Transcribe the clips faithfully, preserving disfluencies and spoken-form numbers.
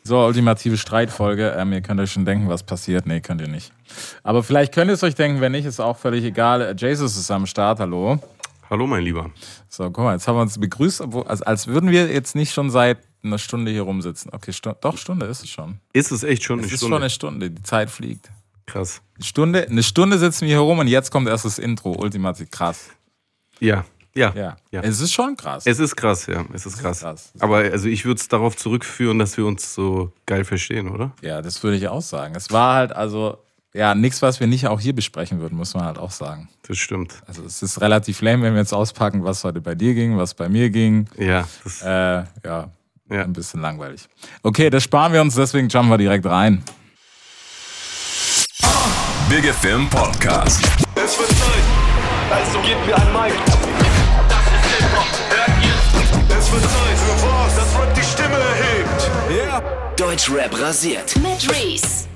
So, ultimative Streitfolge. Ähm, ihr könnt euch schon denken, was passiert. Nee, könnt ihr nicht. Aber vielleicht könnt ihr es euch denken, wenn nicht, ist auch völlig egal. Jesus ist am Start, hallo. Hallo, mein Lieber. So, guck mal, jetzt haben wir uns begrüßt, als, als würden wir jetzt nicht schon seit einer Stunde hier rumsitzen. Okay, Stu- doch, Stunde ist es schon. Ist es echt schon es eine ist Stunde? schon eine Stunde, die Zeit fliegt. Krass. Eine Stunde, eine Stunde sitzen wir hier rum und jetzt kommt erst das Intro. Ultimativ krass. Ja. Ja, ja, ja. Es ist schon krass. Es ist krass, ja. Es ist krass. krass. Aber also ich würde es darauf zurückführen, dass wir uns so geil verstehen, oder? Ja, das würde ich auch sagen. Es war halt also, ja, nichts, was wir nicht auch hier besprechen würden, muss man halt auch sagen. Das stimmt. Also es ist relativ lame, wenn wir jetzt auspacken, was heute bei dir ging, was bei mir ging. Ja. Das äh, ja, ja, ein bisschen langweilig. Okay, das sparen wir uns, deswegen jumpen wir direkt rein. Big F M Podcast. Es wird Zeit, also gebt mir ein Mic. Das ist Hip-Hop, hört ihr? Es wird Zeit für was, das Rap die Stimme erhebt. Yeah. Deutschrap rasiert. Mit Reese.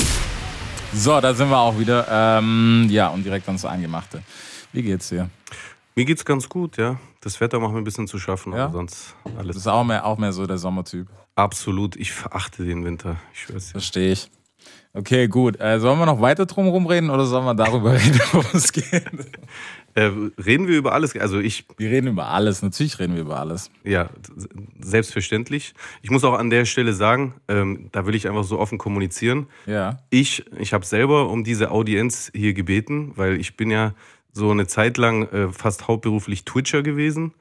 So, da sind wir auch wieder. Ähm, ja, und direkt ans Eingemachte. Wie geht's dir? Mir geht's ganz gut, ja. Das Wetter macht mir ein bisschen zu schaffen, ja? aber sonst alles. Das ist auch mehr, auch mehr so der Sommertyp. Absolut, ich verachte den Winter. Ich schwör's dir. Verstehe ich. Okay, gut. Äh, sollen wir noch weiter drum rumreden oder sollen wir darüber reden, worum es geht? Äh, reden wir über alles? Also ich. Wir reden über alles, natürlich reden wir über alles. Ja, selbstverständlich. Ich muss auch an der Stelle sagen, ähm, da will ich einfach so offen kommunizieren. Ja. Ich, ich habe selber um diese Audienz hier gebeten, weil ich bin ja so eine Zeit lang äh, fast hauptberuflich Twitcher gewesen.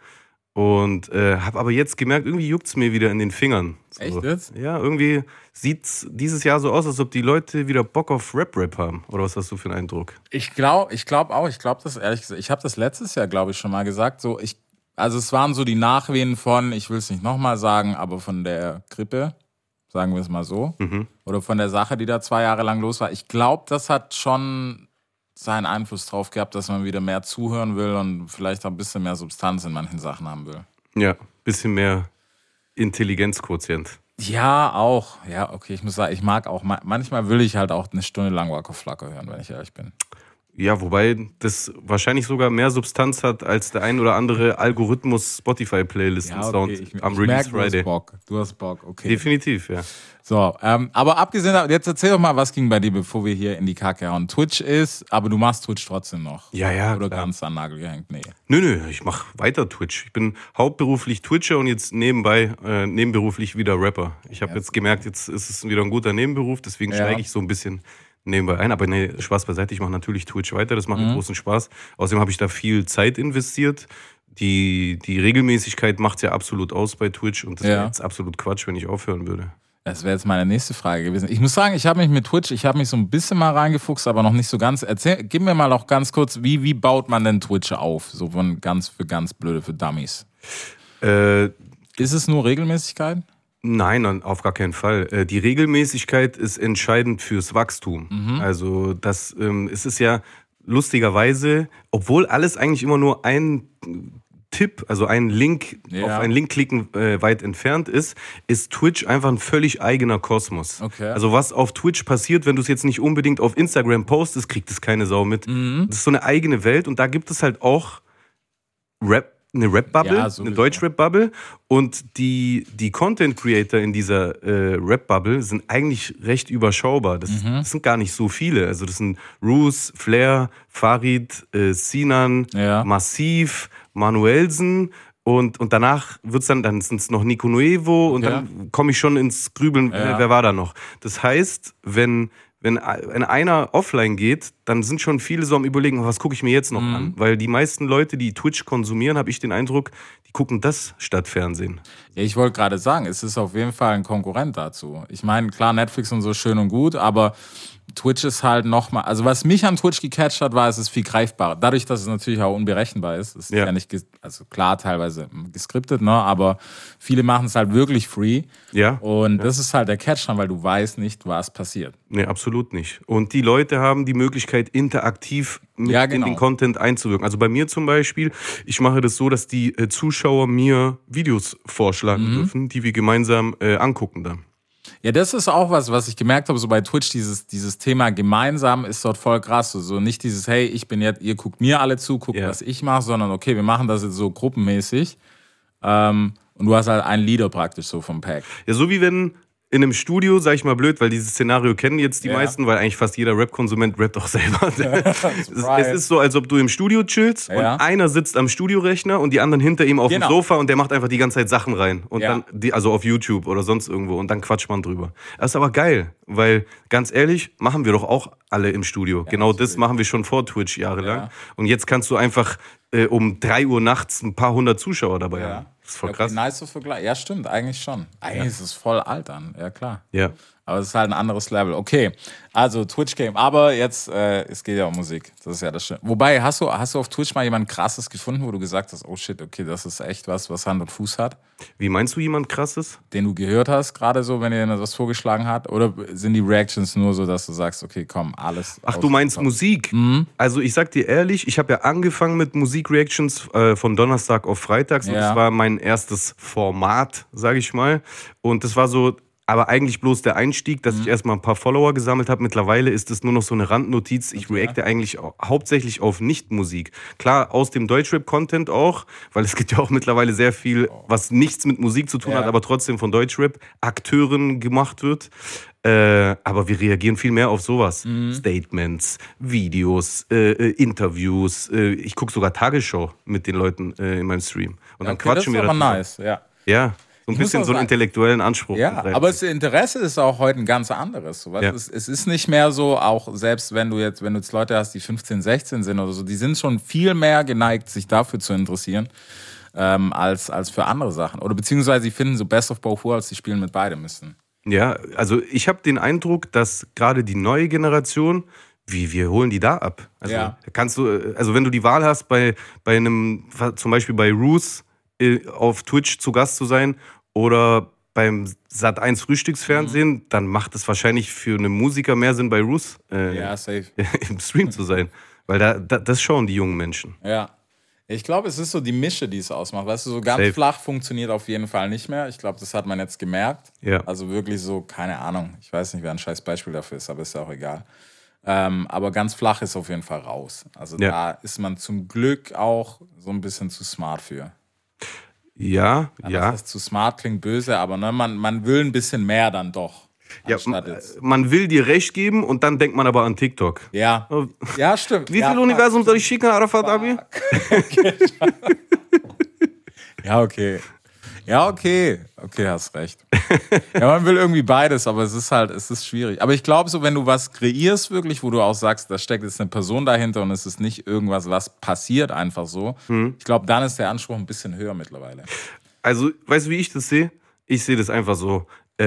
Und äh, habe aber jetzt gemerkt, irgendwie juckt es mir wieder in den Fingern. So. Echt jetzt? Ja, irgendwie sieht es dieses Jahr so aus, als ob die Leute wieder Bock auf Rap-Rap haben. Oder was hast du für einen Eindruck? Ich glaube ich glaub auch, ich glaube das ehrlich gesagt, ich habe das letztes Jahr, glaube ich, schon mal gesagt. So, ich, also es waren so die Nachwehen von, ich will es nicht nochmal sagen, aber von der Grippe, sagen wir es mal so. Mhm. Oder von der Sache, die da zwei Jahre lang los war. Ich glaube, das hat schon seinen Einfluss drauf gehabt, dass man wieder mehr zuhören will und vielleicht auch ein bisschen mehr Substanz in manchen Sachen haben will. Ja, bisschen mehr Intelligenzquotient. Ja, auch. Ja, okay, ich muss sagen, ich mag auch, manchmal will ich halt auch eine Stunde lang Waka Flocka hören, wenn ich ehrlich bin. Ja, wobei das wahrscheinlich sogar mehr Substanz hat als der ein oder andere Algorithmus Spotify-Playlisten-Sound ja, okay. ich, am ich Release merke, Friday. Du hast Bock, du hast Bock, okay. Definitiv, ja. So, ähm, aber abgesehen davon, jetzt erzähl doch mal, was ging bei dir, bevor wir hier in die Kacke hauen. Twitch ist, aber du machst Twitch trotzdem noch. Ja, ja, Oder klar. ganz an den Nagel gehängt? Nee. Nö, nö, ich mache weiter Twitch. Ich bin hauptberuflich Twitcher und jetzt nebenbei, äh, nebenberuflich wieder Rapper. Ich habe Ja. jetzt gemerkt, jetzt ist es wieder ein guter Nebenberuf, deswegen Ja. steige ich so ein bisschen nebenbei ein. Aber nee, Spaß beiseite, ich mache natürlich Twitch weiter, das macht Mhm. mir großen Spaß. Außerdem habe ich da viel Zeit investiert. Die, die Regelmäßigkeit macht ja absolut aus bei Twitch und das Ja. wäre jetzt absolut Quatsch, wenn ich aufhören würde. Das wäre jetzt meine nächste Frage gewesen. Ich muss sagen, ich habe mich mit Twitch, ich habe mich so ein bisschen mal reingefuchst, aber noch nicht so ganz. Erzähl, gib mir mal auch ganz kurz, wie, wie baut man denn Twitch auf? So von ganz für ganz blöde, für Dummies. Äh, Ist es nur Regelmäßigkeit? Nein, nein, auf gar keinen Fall. Äh, Die Regelmäßigkeit ist entscheidend fürs Wachstum. Mhm. Also das, ähm, es ist ja lustigerweise, obwohl alles eigentlich immer nur ein Tipp, also ein Link, Ja. auf einen Link klicken äh, weit entfernt ist, ist Twitch einfach ein völlig eigener Kosmos. Okay. Also was auf Twitch passiert, wenn du es jetzt nicht unbedingt auf Instagram postest, kriegt es keine Sau mit. Mhm. Das ist so eine eigene Welt und da gibt es halt auch Rap, eine Rap-Bubble, Ja, sowieso. eine Deutsch-Rap-Bubble und die, die Content-Creator in dieser äh, Rap-Bubble sind eigentlich recht überschaubar. Das, Mhm. das sind gar nicht so viele. Also das sind Roos, Flair, Farid, äh, Sinan, Ja. Massiv, Manuelsen und, und danach wird's dann, dann sind es noch Nico Nuevo und Ja. dann komme ich schon ins Grübeln, Ja. äh, wer war da noch? Das heißt, wenn Wenn wenn einer offline geht, dann sind schon viele so am Überlegen, was gucke ich mir jetzt noch Mhm. an? Weil die meisten Leute, die Twitch konsumieren, habe ich den Eindruck, die gucken das statt Fernsehen. Ja, ich wollte gerade sagen, es ist auf jeden Fall ein Konkurrent dazu. Ich meine, klar, Netflix und so schön und gut, aber Twitch ist halt nochmal, also was mich an Twitch gecatcht hat, war, es ist viel greifbarer. Dadurch, dass es natürlich auch unberechenbar ist. Es ist ja, Ja. nicht, ges- also klar, teilweise geskriptet, ne, aber viele machen es halt wirklich free. Ja. Und das ist halt der Catch dann, weil du weißt nicht, was passiert. Nee, absolut nicht. Und die Leute haben die Möglichkeit, interaktiv mit Ja, in genau. den Content einzuwirken. Also bei mir zum Beispiel, ich mache das so, dass die äh, Zuschauer mir Videos vorschlagen Mhm. dürfen, die wir gemeinsam äh, angucken dann. Ja, das ist auch was, was ich gemerkt habe, so bei Twitch, dieses, dieses Thema gemeinsam ist dort voll krass. So, so nicht dieses, hey, ich bin jetzt, ihr guckt mir alle zu, guckt, Ja. was ich mache, sondern okay, wir machen das jetzt so gruppenmäßig. Ähm, und du hast halt einen Leader praktisch so vom Pack. Ja, so wie wenn in einem Studio, sag ich mal blöd, weil dieses Szenario kennen jetzt die Ja. meisten, weil eigentlich fast jeder Rap-Konsument rappt auch selber. es, es ist so, als ob du im Studio chillst Ja. und einer sitzt am Studiorechner und die anderen hinter ihm auf Genau. dem Sofa und der macht einfach die ganze Zeit Sachen rein. Und Ja. dann, die, also auf YouTube oder sonst irgendwo und dann quatscht man drüber. Das ist aber geil, weil ganz ehrlich, machen wir doch auch alle im Studio. genau das natürlich. machen wir schon vor Twitch jahrelang. Ja. Und jetzt kannst du einfach äh, um drei Uhr nachts ein paar hundert Zuschauer dabei haben. Das ist voll Ja, krass. okay, nice zu vergleichen. Ja, stimmt, eigentlich schon. Eigentlich ist es voll alt an, ja klar. Ja. Aber es ist halt ein anderes Level. Okay, also Twitch-Game. Aber jetzt, äh, es geht ja um Musik. Das ist ja das Schöne. Wobei, hast du, hast du auf Twitch mal jemand Krasses gefunden, wo du gesagt hast, oh shit, okay, das ist echt was, was Hand und Fuß hat? Wie meinst du jemand Krasses? Den du gehört hast, gerade so, wenn dir jemand was vorgeschlagen hat? Oder sind die Reactions nur so, dass du sagst, okay, komm, alles. Ach, du meinst Musik? Also ich sag dir ehrlich, ich habe ja angefangen mit Musikreactions äh, von Donnerstag auf Freitags und Ja. das war mein erstes Format, sage ich mal. Und das war so, aber eigentlich bloß der Einstieg, dass ich erstmal ein paar Follower gesammelt habe. Mittlerweile ist es nur noch so eine Randnotiz. Ich reacte eigentlich au- hauptsächlich auf Nicht-Musik. Klar, aus dem Deutschrap-Content auch, weil es gibt ja auch mittlerweile sehr viel, was nichts mit Musik zu tun Ja. hat, aber trotzdem von Deutschrap-Akteuren gemacht wird. Äh, aber wir reagieren viel mehr auf sowas. Statements, Videos, äh, äh, Interviews. Äh, ich gucke sogar Tagesschau mit den Leuten äh, in meinem Stream. Und dann Okay, quatschen das wir ist aber darüber. nice, ja. Ja, so ein Ich muss bisschen auch so einen sagen- intellektuellen Anspruch. Ja, mit rein. aber das Interesse ist auch heute ein ganz anderes. So, weißt Ja. du? es, es ist nicht mehr so, auch selbst wenn du jetzt, wenn du jetzt Leute hast, die fünfzehn, sechzehn sind oder so, die sind schon viel mehr geneigt, sich dafür zu interessieren, ähm, als, als für andere Sachen. Oder beziehungsweise sie finden so Best of Both Worlds, die spielen mit beidem müssen. Ja, also ich habe den Eindruck, dass gerade die neue Generation, wie wir holen die da ab. Also Ja. kannst du, äh, also wenn du die Wahl hast, bei, bei einem, zum Beispiel bei Roos äh, auf Twitch zu Gast zu sein oder beim Sat eins Frühstücksfernsehen, Mhm. dann macht es wahrscheinlich für einen Musiker mehr Sinn, bei Roos äh, Ja, safe. im Stream zu sein. Weil da, da, das schauen die jungen Menschen. Ja. Ich glaube, es ist so die Mische, die es ausmacht. Weißt du, so ganz Safe. flach funktioniert auf jeden Fall nicht mehr. Ich glaube, das hat man jetzt gemerkt. Ja. Also wirklich so, keine Ahnung. Ich weiß nicht, wer ein scheiß Beispiel dafür ist, aber ist ja auch egal. Ähm, aber ganz flach ist auf jeden Fall raus. Also Ja. da ist man zum Glück auch so ein bisschen zu smart für. Ja, Das ja. heißt, zu smart klingt böse, aber ne, man, man will ein bisschen mehr dann doch. Ja, anstatt m- jetzt. man will dir recht geben und dann denkt man aber an TikTok. Ja. Ja, stimmt. Wie ja, viel Universum soll ich schicken, Arafat Abi? Ja, okay. Ja, okay. Okay, hast recht. Ja, man will irgendwie beides, aber es ist halt, es ist schwierig. Aber ich glaube so, wenn du was kreierst wirklich, wo du auch sagst, da steckt jetzt eine Person dahinter und es ist nicht irgendwas, was passiert einfach so. Mhm. Ich glaube, dann ist der Anspruch ein bisschen höher mittlerweile. Also, weißt du, wie ich das sehe? Ich sehe das einfach so.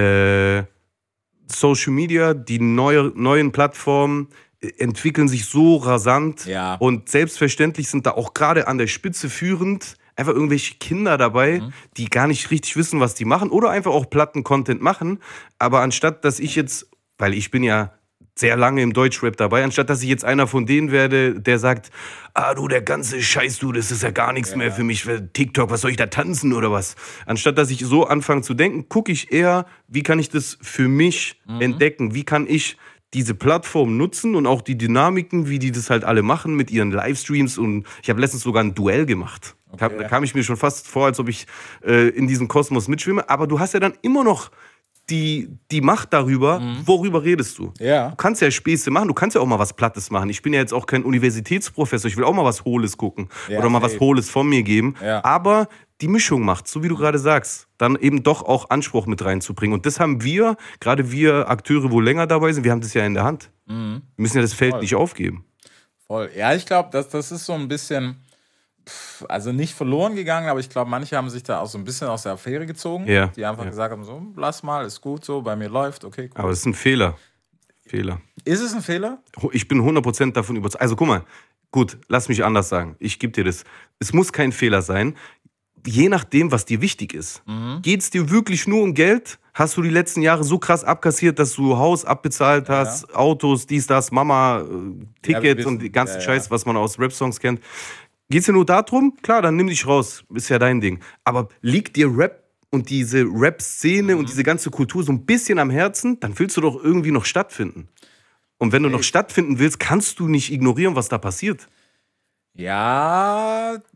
Äh, Social Media, die neue, neuen Plattformen äh, entwickeln sich so rasant. Ja. Und selbstverständlich sind da auch gerade an der Spitze führend einfach irgendwelche Kinder dabei, Mhm. die gar nicht richtig wissen, was die machen. Oder einfach auch Platten-Content machen. Aber anstatt, dass ich jetzt, weil ich bin ja sehr lange im Deutschrap dabei, anstatt dass ich jetzt einer von denen werde, der sagt, ah du, der ganze Scheiß, du, das ist ja gar nichts mehr für mich, für TikTok, was soll ich da tanzen oder was? Anstatt dass ich so anfange zu denken, gucke ich eher, wie kann ich das für mich entdecken, wie kann ich diese Plattform nutzen und auch die Dynamiken, wie die das halt alle machen mit ihren Livestreams und ich habe letztens sogar ein Duell gemacht. Da Okay. kam ich mir schon fast vor, als ob ich äh, in diesem Kosmos mitschwimme, aber du hast ja dann immer noch die, die Macht darüber, worüber redest du. Ja. Du kannst ja Späße machen, du kannst ja auch mal was Plattes machen. Ich bin ja jetzt auch kein Universitätsprofessor, ich will auch mal was Hohles gucken Ja, oder mal was safe. Hohles von mir geben. Ja. Aber die Mischung macht, so wie du gerade sagst, dann eben doch auch Anspruch mit reinzubringen. Und das haben wir, gerade wir Akteure, wo länger dabei sind, wir haben das ja in der Hand. Wir müssen ja das Feld nicht aufgeben. Voll. Ja, ich glaube, das, das ist so ein bisschen, pff, also nicht verloren gegangen, aber ich glaube, manche haben sich da auch so ein bisschen aus der Affäre gezogen, Ja, die einfach ja. gesagt haben, so, lass mal, ist gut so, bei mir läuft, okay, cool. Aber das ist ein Fehler. Fehler. Ist es ein Fehler? Ich bin hundert Prozent davon überzeugt. Also guck mal, gut, lass mich anders sagen. Ich gebe dir das. Es muss kein Fehler sein. Je nachdem, was dir wichtig ist. Geht es dir wirklich nur um Geld? Hast du die letzten Jahre so krass abkassiert, dass du Haus abbezahlt hast, Autos, dies, das, Mama, äh, Ja, wir Ticket wissen- und die ganzen ja, ja. Scheiß, was man aus Rap-Songs kennt. Geht's dir nur darum? Klar, dann nimm dich raus. Ist ja dein Ding. Aber liegt dir Rap und diese Rap-Szene Mhm. und diese ganze Kultur so ein bisschen am Herzen, dann willst du doch irgendwie noch stattfinden. Und wenn du noch stattfinden willst, kannst du nicht ignorieren, was da passiert. Ja,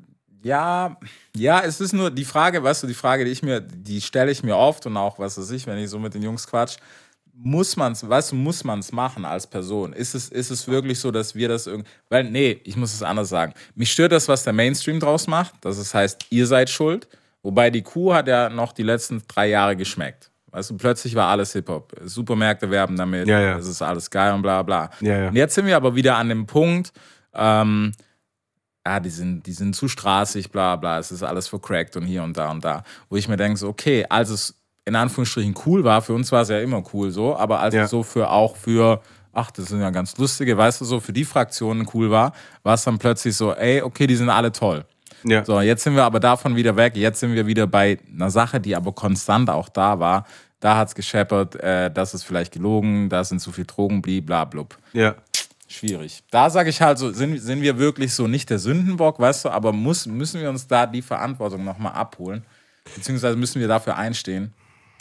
Ja, ja, es ist nur die Frage, weißt du, die Frage, die ich mir, die stelle ich mir oft und auch, was weiß ich, wenn ich so mit den Jungs quatsch, muss man es, weißt du, muss man es machen als Person? Ist es, ist es wirklich so, dass wir das irgendwie, weil, nee, ich muss es anders sagen. Mich stört das, was der Mainstream draus macht, das ist, heißt, ihr seid schuld, wobei die Kuh hat ja noch die letzten drei Jahre geschmeckt. Weißt du, plötzlich war alles Hip-Hop. Supermärkte werben damit, ja, ja. es ist alles geil und bla bla. Ja, ja. Und jetzt sind wir aber wieder an dem Punkt, ähm, ja, die sind, die sind zu straßig, bla bla, es ist alles vercrackt und hier und da und da. Wo ich mir denke, so, okay, als es in Anführungsstrichen cool war, für uns war es ja immer cool so, aber als Ja. es so für auch für, ach, das sind ja ganz lustige, weißt du, so für die Fraktionen cool war, war es dann plötzlich so, ey, okay, die sind alle toll. Ja. So, jetzt sind wir aber davon wieder weg, jetzt sind wir wieder bei einer Sache, die aber konstant auch da war. Da hat es gescheppert, äh, das ist vielleicht gelogen, da sind zu viel Drogen, bliblablub. Ja. Schwierig. Da sage ich halt so, sind, sind wir wirklich so nicht der Sündenbock, weißt du, aber muss, müssen wir uns da die Verantwortung nochmal abholen, beziehungsweise müssen wir dafür einstehen.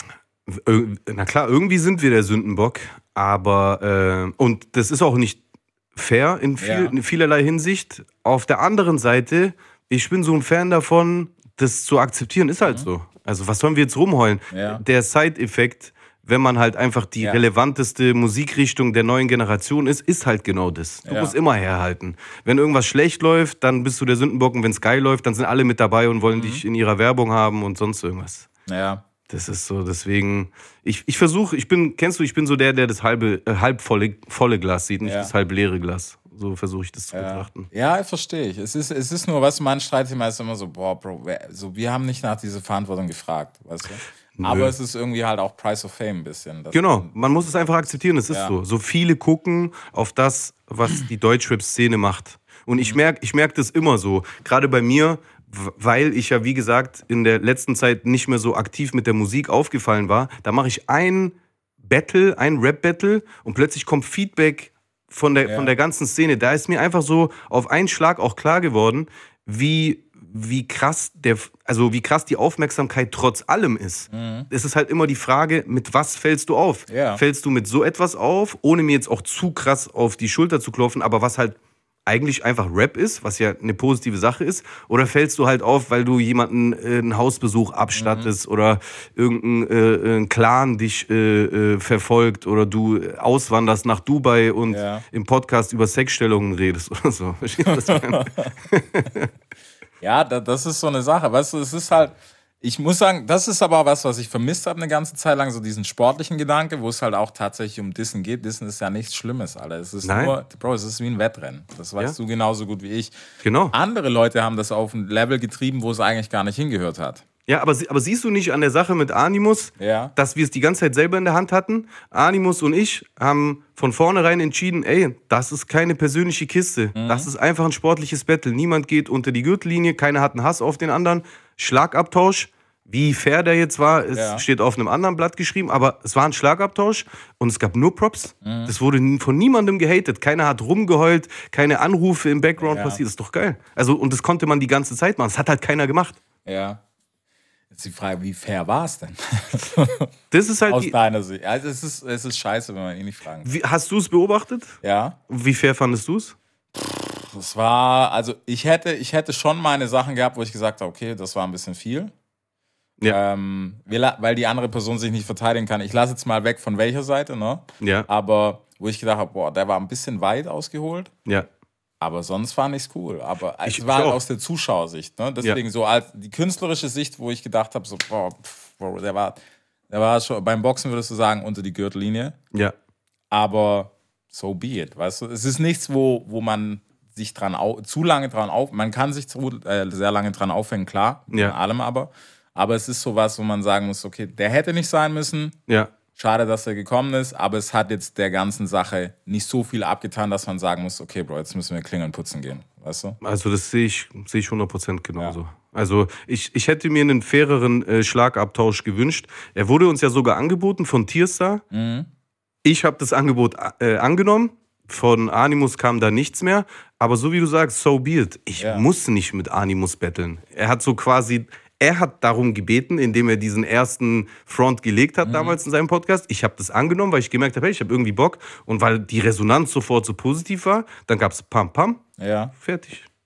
Na klar, irgendwie sind wir der Sündenbock, aber, äh, und das ist auch nicht fair in, viel, Ja. in vielerlei Hinsicht. Auf der anderen Seite, ich bin so ein Fan davon, das zu akzeptieren, ist halt Mhm. so. Also was sollen wir jetzt rumheulen? Ja. Der Side-Effekt, wenn man halt einfach die Ja. relevanteste Musikrichtung der neuen Generation ist, ist halt genau das. Du Ja. musst immer herhalten. Wenn irgendwas schlecht läuft, dann bist du der Sündenbock, und wenn es geil läuft, dann sind alle mit dabei und wollen Mhm. dich in ihrer Werbung haben und sonst irgendwas. Ja. Das ist so, deswegen, ich, ich versuche, ich bin, kennst du, ich bin so der, der das halbe, äh, halb volle, volle Glas sieht, nicht Ja. das halb leere Glas. So versuche ich das zu Ja, betrachten. ja verstehe ich. Es ist, es ist nur, was mein Streitthema ist immer so, boah, Bro, wer- so, wir haben nicht nach dieser Verantwortung gefragt, weißt du? Aber es ist irgendwie halt auch Price of Fame ein bisschen. dass Genau, man- man muss es einfach akzeptieren, es ist Ja. so. So viele gucken auf das, was die Deutschrap-Szene macht. Und Mhm. ich merke ich merk das immer so, gerade bei mir, w- weil ich ja, wie gesagt, in der letzten Zeit nicht mehr so aktiv mit der Musik aufgefallen war, da mache ich ein Battle, ein Rap-Battle und plötzlich kommt Feedback von der, Ja. von der ganzen Szene. Da ist mir einfach so auf einen Schlag auch klar geworden, wie, wie krass der, also wie krass die Aufmerksamkeit trotz allem ist. Es ist halt immer die Frage, mit was fällst du auf? Ja. Fällst du mit so etwas auf, ohne mir jetzt auch zu krass auf die Schulter zu klopfen, aber was halt eigentlich einfach Rap ist, was ja eine positive Sache ist, oder fällst du halt auf, weil du jemanden äh, einen Hausbesuch abstattest Mhm. oder irgendein äh, ein Clan dich äh, äh, verfolgt oder du auswanderst nach Dubai und Ja. im Podcast über Sexstellungen redest oder so. Verstehst du, was ich meine? Ja, da, das ist so eine Sache. Weißt du, es ist halt, ich muss sagen, das ist aber was, was ich vermisst habe eine ganze Zeit lang, so diesen sportlichen Gedanke, wo es halt auch tatsächlich um Dissen geht. Dissen ist ja nichts Schlimmes, Alter. Es ist Nein. nur, Bro, es ist wie ein Wettrennen. Das weißt Ja. du genauso gut wie ich. Genau. Andere Leute haben das auf ein Level getrieben, wo es eigentlich gar nicht hingehört hat. Ja, aber, sie- aber siehst du nicht an der Sache mit Animus, Ja. dass wir es die ganze Zeit selber in der Hand hatten? Animus und ich haben von vornherein entschieden, ey, das ist keine persönliche Kiste. Mhm. Das ist einfach ein sportliches Battle. Niemand geht unter die Gürtellinie, keiner hat einen Hass auf den anderen. Schlagabtausch. Wie fair der jetzt war, es Ja. steht auf einem anderen Blatt geschrieben, aber es war ein Schlagabtausch und es gab nur Props. Mhm. Das wurde von niemandem gehatet. Keiner hat rumgeheult, keine Anrufe im Background Ja. passiert. Das ist doch geil. Also, und das konnte man die ganze Zeit machen. Das hat halt keiner gemacht. Ja. Jetzt die Frage, wie fair war es denn? Das ist halt Aus die, deiner Sicht. Also es ist, es ist scheiße, wenn man ihn nicht fragen kann. Wie, hast du es beobachtet? Ja. Wie fair fandest du es? Das war, also ich hätte, ich hätte schon meine Sachen gehabt, wo ich gesagt habe, okay, das war ein bisschen viel. Ja. Ähm, wir la- weil die andere Person sich nicht verteidigen kann. Ich lasse jetzt mal weg von welcher Seite, ne? Ja, Aber wo ich gedacht habe, boah, der war ein bisschen weit ausgeholt. ja. Aber sonst fand ich es cool. Aber Ich- es war ich halt auch. aus der Zuschauersicht. Ne? Deswegen so als die künstlerische Sicht, wo ich gedacht habe, so, boah, pff, Bro, der war, der war schon, beim Boxen würdest du sagen, unter die Gürtellinie. Ja, Aber so be it, weißt du? Es ist nichts, wo, wo man sich dran au- zu lange dran auf, man kann sich zu, äh, sehr lange dran aufhängen, klar, Ja. in allem aber. Aber es ist sowas, wo man sagen muss, okay, der hätte nicht sein müssen. ja. Schade, dass er gekommen ist, aber es hat jetzt der ganzen Sache nicht so viel abgetan, dass man sagen muss, okay, Bro, jetzt müssen wir klingeln putzen gehen, weißt du? Also das sehe ich, sehe ich hundert Prozent genauso. Also ich, ich hätte mir einen faireren äh, Schlagabtausch gewünscht. Er wurde uns ja sogar angeboten von Tierstar. Mhm. Ich habe das Angebot äh, angenommen. Von Animus kam da nichts mehr. Aber so wie du sagst, so be it. Ich Ja. muss nicht mit Animus battlen. Er hat so quasi... Er hat darum gebeten, indem er diesen ersten Front gelegt hat damals in seinem Podcast. Ich habe das angenommen, weil ich gemerkt habe, hey, ich habe irgendwie Bock. Und weil die Resonanz sofort so positiv war, dann gab es Pam Pam, Ja. fertig.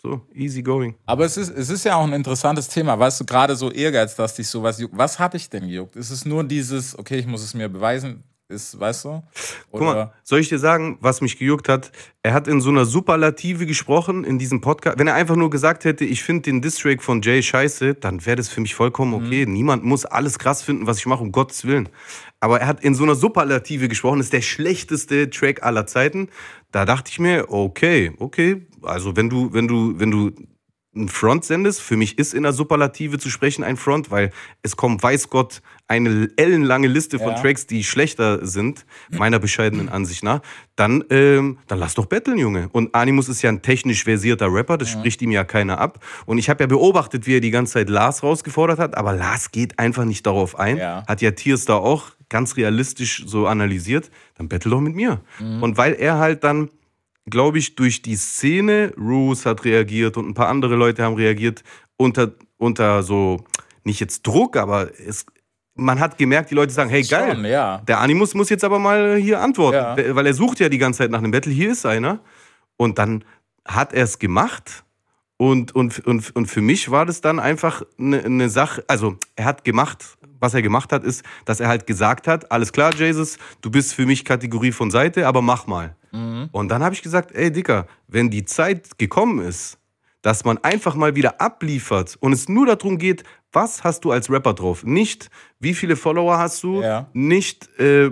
So, easy going. Aber es ist, es ist ja auch ein interessantes Thema. Weißt du, gerade so Ehrgeiz, dass dich sowas juckt. Was hat dich denn gejuckt? Ist es nur dieses, okay, ich muss es mir beweisen, ist, weißt du? Oder? Guck mal, soll ich dir sagen, was mich gejuckt hat? Er hat in so einer Superlative gesprochen in diesem Podcast. Wenn er einfach nur gesagt hätte, ich finde den Diss-Track von Jay scheiße, dann wäre das für mich vollkommen okay. Mhm. Niemand muss alles krass finden, was ich mache, um Gottes Willen. Aber er hat in so einer Superlative gesprochen, das ist der schlechteste Track aller Zeiten. Da dachte ich mir, okay, okay, also wenn du, wenn du, wenn du ein Front sendest, für mich ist in der Superlative zu sprechen ein Front, weil es kommt, weiß Gott, eine ellenlange Liste von ja. Tracks, die schlechter sind, meiner bescheidenen Ansicht nach, dann, ähm, dann lass doch battlen, Junge. Und Animus ist ja ein technisch versierter Rapper, das ja. spricht ihm ja keiner ab. Und ich habe ja beobachtet, wie er die ganze Zeit Lars rausgefordert hat, aber Lars geht einfach nicht darauf ein. Ja. Hat ja Tiers da auch ganz realistisch so analysiert, dann battle doch mit mir. Mhm. Und weil er halt dann, glaube ich, durch die Szene, Roos hat reagiert und ein paar andere Leute haben reagiert, unter, unter so, nicht jetzt Druck, aber es, man hat gemerkt, die Leute sagen, hey geil, schon, ja. der Animus muss jetzt aber mal hier antworten, ja. weil er sucht ja die ganze Zeit nach einem Battle, hier ist einer. Und dann hat er es gemacht und, und, und, und für mich war das dann einfach eine, eine Sache, also er hat gemacht, was er gemacht hat, ist, dass er halt gesagt hat, alles klar, Jesus, du bist für mich Kategorie von Seite, aber mach mal. Mhm. Und dann habe ich gesagt, ey Dicker, wenn die Zeit gekommen ist, dass man einfach mal wieder abliefert und es nur darum geht, was hast du als Rapper drauf? Nicht, wie viele Follower hast du, ja. nicht, äh,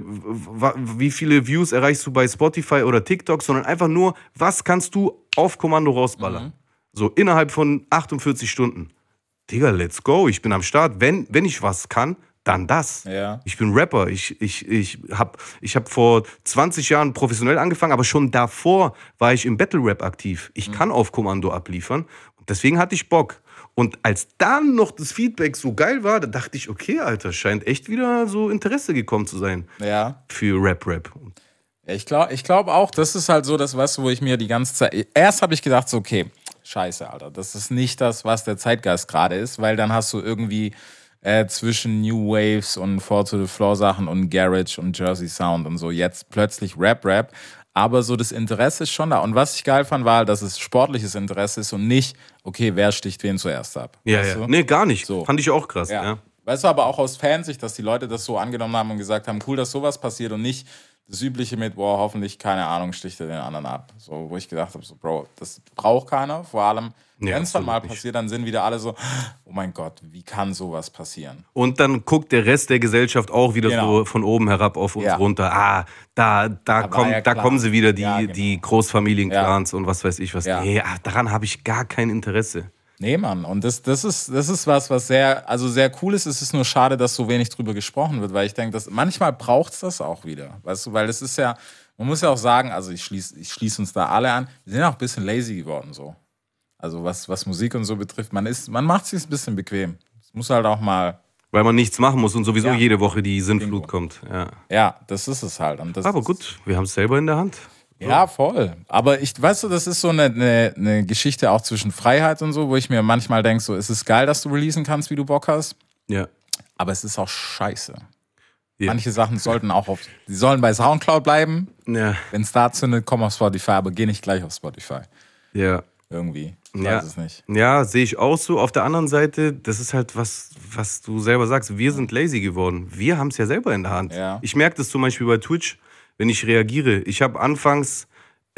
wie viele Views erreichst du bei Spotify oder TikTok, sondern einfach nur, was kannst du auf Kommando rausballern? Mhm. So innerhalb von achtundvierzig Stunden. Digga, let's go, ich bin am Start. Wenn, wenn ich was kann, dann das. Ja. Ich bin Rapper. Ich, ich, ich habe ich hab vor zwanzig Jahren professionell angefangen, aber schon davor war ich im Battle-Rap aktiv. Ich mhm. kann auf Kommando abliefern. Deswegen hatte ich Bock. Und als dann noch das Feedback so geil war, da dachte ich, okay, Alter, scheint echt wieder so Interesse gekommen zu sein. Ja. Für Rap-Rap. Ja, ich glaube ich glaub auch, das ist halt so das, was, wo ich mir die ganze Zeit... Erst habe ich gedacht, so, okay, scheiße, Alter, das ist nicht das, was der Zeitgeist gerade ist, weil dann hast du irgendwie äh, zwischen New Waves und Four to the Floor Sachen und Garage und Jersey Sound und so jetzt plötzlich Rap-Rap, aber so das Interesse ist schon da. Und was ich geil fand, war, dass es sportliches Interesse ist und nicht, okay, wer sticht wen zuerst ab. Ja, weißt ja. Du? Nee, gar nicht. So. Fand ich auch krass. Ja. Ja. Weißt du, aber auch aus Fansicht, dass die Leute das so angenommen haben und gesagt haben, cool, dass sowas passiert und nicht das Übliche mit, boah, hoffentlich, keine Ahnung, sticht er den anderen ab. So, wo ich gedacht habe, so, Bro, das braucht keiner. Vor allem, ja, wenn es dann mal nicht passiert, dann sind wieder alle so, oh mein Gott, wie kann sowas passieren? Und dann guckt der Rest der Gesellschaft auch wieder genau. so von oben herab auf uns ja. runter. Ah, da, da, komm, ja da kommen sie wieder, die, ja, genau. die Großfamilienclans ja. und was weiß ich was. Ja. Nee, ach, daran habe ich gar kein Interesse. Nee, Mann. Und das, das, ist, das ist was, was sehr, also sehr cool ist. Es ist nur schade, dass so wenig drüber gesprochen wird, weil ich denke, dass manchmal braucht es das auch wieder. Weißt du, weil es ist ja, man muss ja auch sagen, also ich schließe ich schließ uns da alle an, wir sind auch ein bisschen lazy geworden so. Also was, was Musik und so betrifft, man ist, man macht sich ein bisschen bequem. Es muss halt auch mal... Weil man nichts machen muss und sowieso ja. jede Woche die Sinnflut Bingo. kommt. Ja. ja, das ist es halt. Und das Aber gut, wir haben es selber in der Hand. Ja, voll. Aber ich, weißt du, das ist so eine, eine, eine Geschichte auch zwischen Freiheit und so, wo ich mir manchmal denke, so, es ist geil, dass du releasen kannst, wie du Bock hast. Ja. Aber es ist auch scheiße. Ja. Manche Sachen sollten auch auf, die sollen bei Soundcloud bleiben. Ja. Wenn es da zündet, komm auf Spotify, aber geh nicht gleich auf Spotify. Ja. Irgendwie. Ich ja. weiß es nicht. Ja, sehe ich auch so. Auf der anderen Seite, das ist halt was, was du selber sagst. Wir sind lazy geworden. Wir haben es ja selber in der Hand. Ja. Ich merke das zum Beispiel bei Twitch, wenn ich reagiere. Ich habe anfangs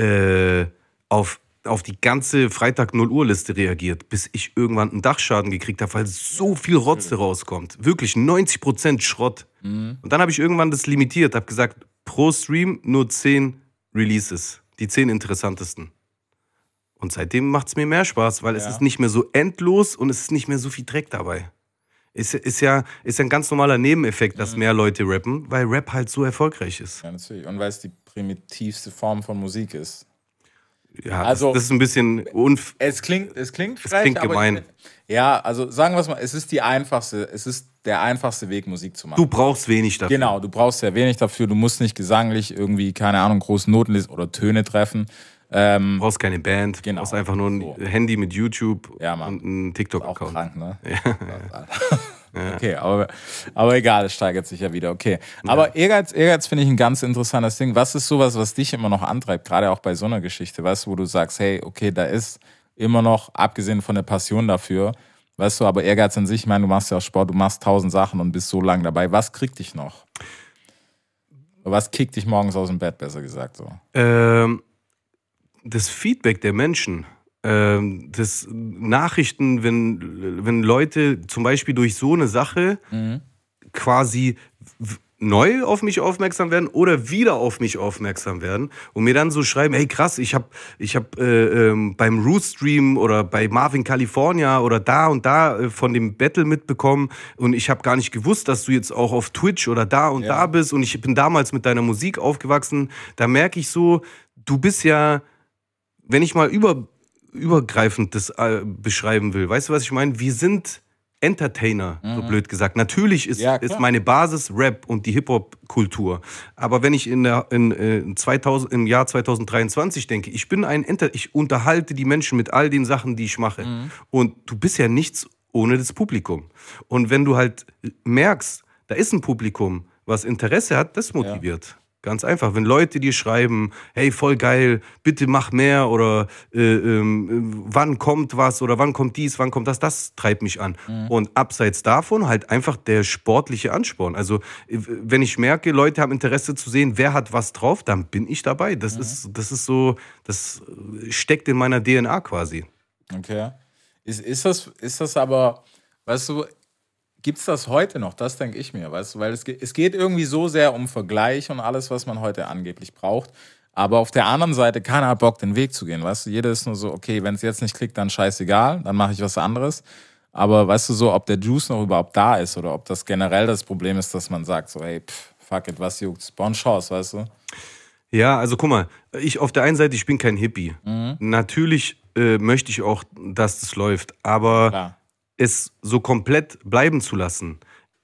äh, auf, auf die ganze Freitag null Uhr Liste reagiert, bis ich irgendwann einen Dachschaden gekriegt habe, weil so viel Rotze rauskommt. Wirklich neunzig Prozent Schrott. Mhm. Und dann habe ich irgendwann das limitiert, habe gesagt, pro Stream nur zehn Releases. Die zehn interessantesten. Und seitdem macht es mir mehr Spaß, weil ja. es ist nicht mehr so endlos und es ist nicht mehr so viel Dreck dabei. Ist, ist, ja, ist ja ein ganz normaler Nebeneffekt, dass mhm. mehr Leute rappen, weil Rap halt so erfolgreich ist. Ja, natürlich. Und weil es die primitivste Form von Musik ist. Ja, also, das, das ist ein bisschen unf... Es klingt, es klingt frech, es klingt gemein. Aber ich, ja, also sagen wir es mal, es ist die einfachste, es ist der einfachste Weg, Musik zu machen. Du brauchst wenig dafür. Genau, du brauchst sehr wenig dafür. Du musst nicht gesanglich irgendwie, keine Ahnung, große Noten lesen oder Töne treffen. Ähm, du brauchst keine Band, genau. Du brauchst einfach nur ein so. Handy mit YouTube ja, und einen TikTok-Account. Auch krank, ne? Ja. Ja. Okay, aber, aber egal, es steigert sich ja wieder, okay. Aber ja. Ehrgeiz, Ehrgeiz finde ich ein ganz interessantes Ding. Was ist sowas, was dich immer noch antreibt, gerade auch bei so einer Geschichte, weißt du, wo du sagst, hey, okay, da ist immer noch, abgesehen von der Passion dafür, weißt du, aber Ehrgeiz an sich, ich meine, du machst ja auch Sport, du machst tausend Sachen und bist so lange dabei. Was kriegt dich noch? Was kickt dich morgens aus dem Bett, besser gesagt so? Ähm, das Feedback der Menschen, ähm, das Nachrichten, wenn, wenn Leute zum Beispiel durch so eine Sache mhm. quasi w- neu auf mich aufmerksam werden oder wieder auf mich aufmerksam werden und mir dann so schreiben, hey krass, ich habe ich hab, äh, ähm, beim Root-Stream oder bei Marvin California oder da und da äh, von dem Battle mitbekommen und ich habe gar nicht gewusst, dass du jetzt auch auf Twitch oder da und ja. da bist und ich bin damals mit deiner Musik aufgewachsen. Da merke ich so, du bist ja, wenn ich mal über, übergreifend das äh, beschreiben will, weißt du, was ich meine? Wir sind Entertainer, mhm. so blöd gesagt. Natürlich ist, ja, ist meine Basis Rap und die Hip-Hop-Kultur. Aber wenn ich in der, in, in zweitausend, im Jahr zwanzig dreiundzwanzig denke, ich bin ein Enter, ich unterhalte die Menschen mit all den Sachen, die ich mache. Mhm. Und du bist ja nichts ohne das Publikum. Und wenn du halt merkst, da ist ein Publikum, was Interesse hat, das motiviert. Ja. Ganz einfach, wenn Leute dir schreiben, hey, voll geil, bitte mach mehr oder äh, ähm, wann kommt was oder wann kommt dies, wann kommt das, das treibt mich an. Mhm. Und abseits davon halt einfach der sportliche Ansporn. Also wenn ich merke, Leute haben Interesse zu sehen, wer hat was drauf, dann bin ich dabei. Das, mhm. ist, das ist so, das steckt in meiner D N A quasi. Okay. Ist, ist, das, ist das aber, weißt du, gibt es das heute noch? Das denke ich mir, weißt du, weil es geht, es geht irgendwie so sehr um Vergleich und alles, was man heute angeblich braucht. Aber auf der anderen Seite, keiner hat Bock, den Weg zu gehen, weißt du. Jeder ist nur so, okay, wenn es jetzt nicht klickt, dann scheißegal, dann mache ich was anderes. Aber weißt du so, ob der Juice noch überhaupt da ist oder ob das generell das Problem ist, dass man sagt so, hey, pff, fuck it, was juckt's? Bon Chance, weißt du. Ja, also guck mal, ich auf der einen Seite, ich bin kein Hippie. Mhm. Natürlich äh, möchte ich auch, dass das läuft, aber Klar. es so komplett bleiben zu lassen.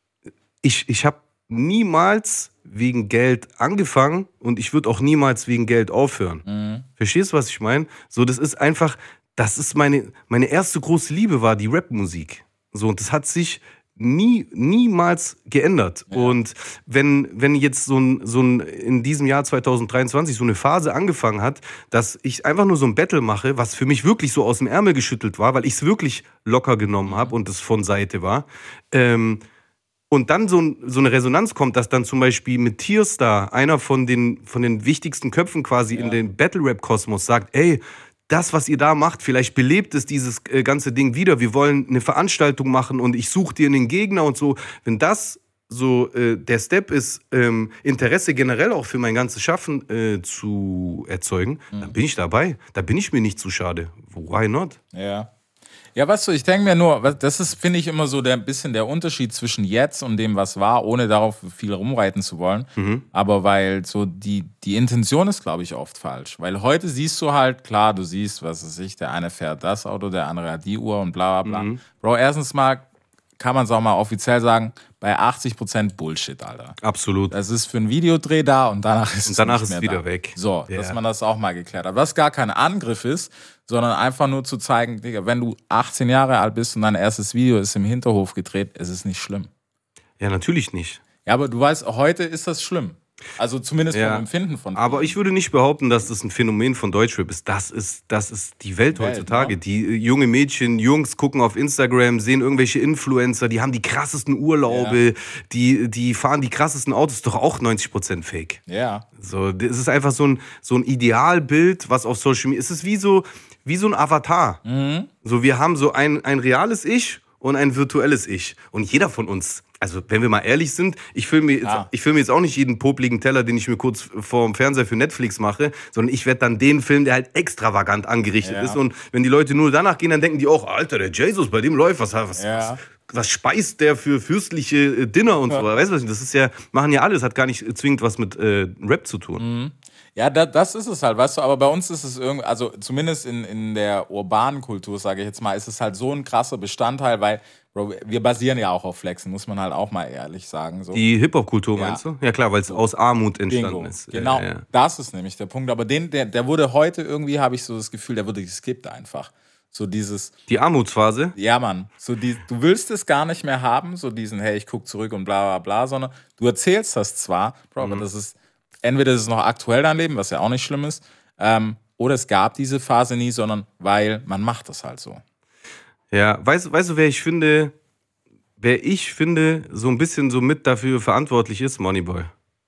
Ich, ich habe niemals wegen Geld angefangen und ich würde auch niemals wegen Geld aufhören. Mhm. Verstehst du, was ich meine? So, das ist einfach, das ist meine, meine erste große Liebe war die Rapmusik. So, und das hat sich nie, niemals geändert. Ja. Und wenn, wenn jetzt so ein, so ein, in diesem Jahr zwanzig dreiundzwanzig so eine Phase angefangen hat, dass ich einfach nur so ein Battle mache, was für mich wirklich so aus dem Ärmel geschüttelt war, weil ich es wirklich locker genommen habe und es von Seite war, ähm, und dann so, so eine Resonanz kommt, dass dann zum Beispiel mit Tierstar, einer von den, von den wichtigsten Köpfen quasi ja. in den Battle-Rap-Kosmos sagt, ey, das, was ihr da macht, vielleicht belebt es dieses äh, ganze Ding wieder. Wir wollen eine Veranstaltung machen und ich suche dir einen Gegner und so. Wenn das so äh, der Step ist, ähm, Interesse generell auch für mein ganzes Schaffen äh, zu erzeugen, mhm. dann bin ich dabei. Da bin ich mir nicht zu schade. Why not? Ja. Ja, weißt du, ich denke mir nur, das ist, finde ich, immer so ein bisschen der Unterschied zwischen jetzt und dem, was war, ohne darauf viel rumreiten zu wollen. Mhm. Aber weil so die, die Intention ist, glaube ich, oft falsch. Weil heute siehst du halt, klar, du siehst, was weiß ich, der eine fährt das Auto, der andere hat die Uhr und bla bla bla. Mhm. Bro, erstens mal kann man es auch mal offiziell sagen, bei achtzig Prozent Bullshit, Alter. Absolut. Das ist für ein Videodreh da und danach ist und es danach nicht ist mehr wieder da. weg. So, yeah. dass man das auch mal geklärt hat. Was gar kein Angriff ist, sondern einfach nur zu zeigen, Digga, wenn du achtzehn Jahre alt bist und dein erstes Video ist im Hinterhof gedreht, es ist nicht schlimm. Ja, natürlich nicht. Ja, aber du weißt, heute ist das schlimm. Also zumindest ja, vom Empfinden von. Aber ich würde nicht behaupten, dass das ein Phänomen von Deutschrap ist. Das ist, das ist die Welt, Welt heutzutage. Ja. Die äh, junge Mädchen, Jungs gucken auf Instagram, sehen irgendwelche Influencer, die haben die krassesten Urlaube, ja. die, die fahren die krassesten Autos, doch auch neunzig Prozent Fake. Ja. So, das ist einfach so ein, so ein Idealbild, was auf Social Media. Es ist wie so, wie so ein Avatar. Mhm. So, wir haben so ein, ein reales Ich und ein virtuelles Ich. Und jeder von uns. Also, wenn wir mal ehrlich sind, ich filme mir, ah. ich filme jetzt auch nicht jeden popligen Teller, den ich mir kurz vor dem Fernseher für Netflix mache, sondern ich werde dann den Film, der halt extravagant angerichtet ja. ist. Und wenn die Leute nur danach gehen, dann denken die auch, Alter, der Jesus, bei dem läuft, was, was, ja. was, was speist der für fürstliche Dinner und ja. so. Weißt du was? Das ist ja, machen ja alle, das hat gar nicht zwingend was mit äh, Rap zu tun. Mhm. Ja, da, das ist es halt, weißt du, aber bei uns ist es irgendwie, also zumindest in, in der urbanen Kultur, sage ich jetzt mal, ist es halt so ein krasser Bestandteil, weil, Bro, wir basieren ja auch auf Flexen, muss man halt auch mal ehrlich sagen. So. Die Hip-Hop-Kultur ja. meinst du? Ja klar, weil es aus Armut entstanden Bingo. ist. Genau, ja, ja. das ist nämlich der Punkt, aber den, der, der wurde heute irgendwie, habe ich so das Gefühl, der wurde geskippt einfach. So dieses... Die Armutsphase? Ja, Mann. So die, du willst es gar nicht mehr haben, so diesen, hey, ich guck zurück und bla bla bla, sondern du erzählst das zwar, Bro, mhm. aber das ist... Entweder ist es noch aktuell dein Leben, was ja auch nicht schlimm ist, ähm, oder es gab diese Phase nie, sondern weil man macht das halt so. Ja, weißt, weißt du, wer ich finde, wer ich finde, so ein bisschen so mit dafür verantwortlich ist? Moneyboy.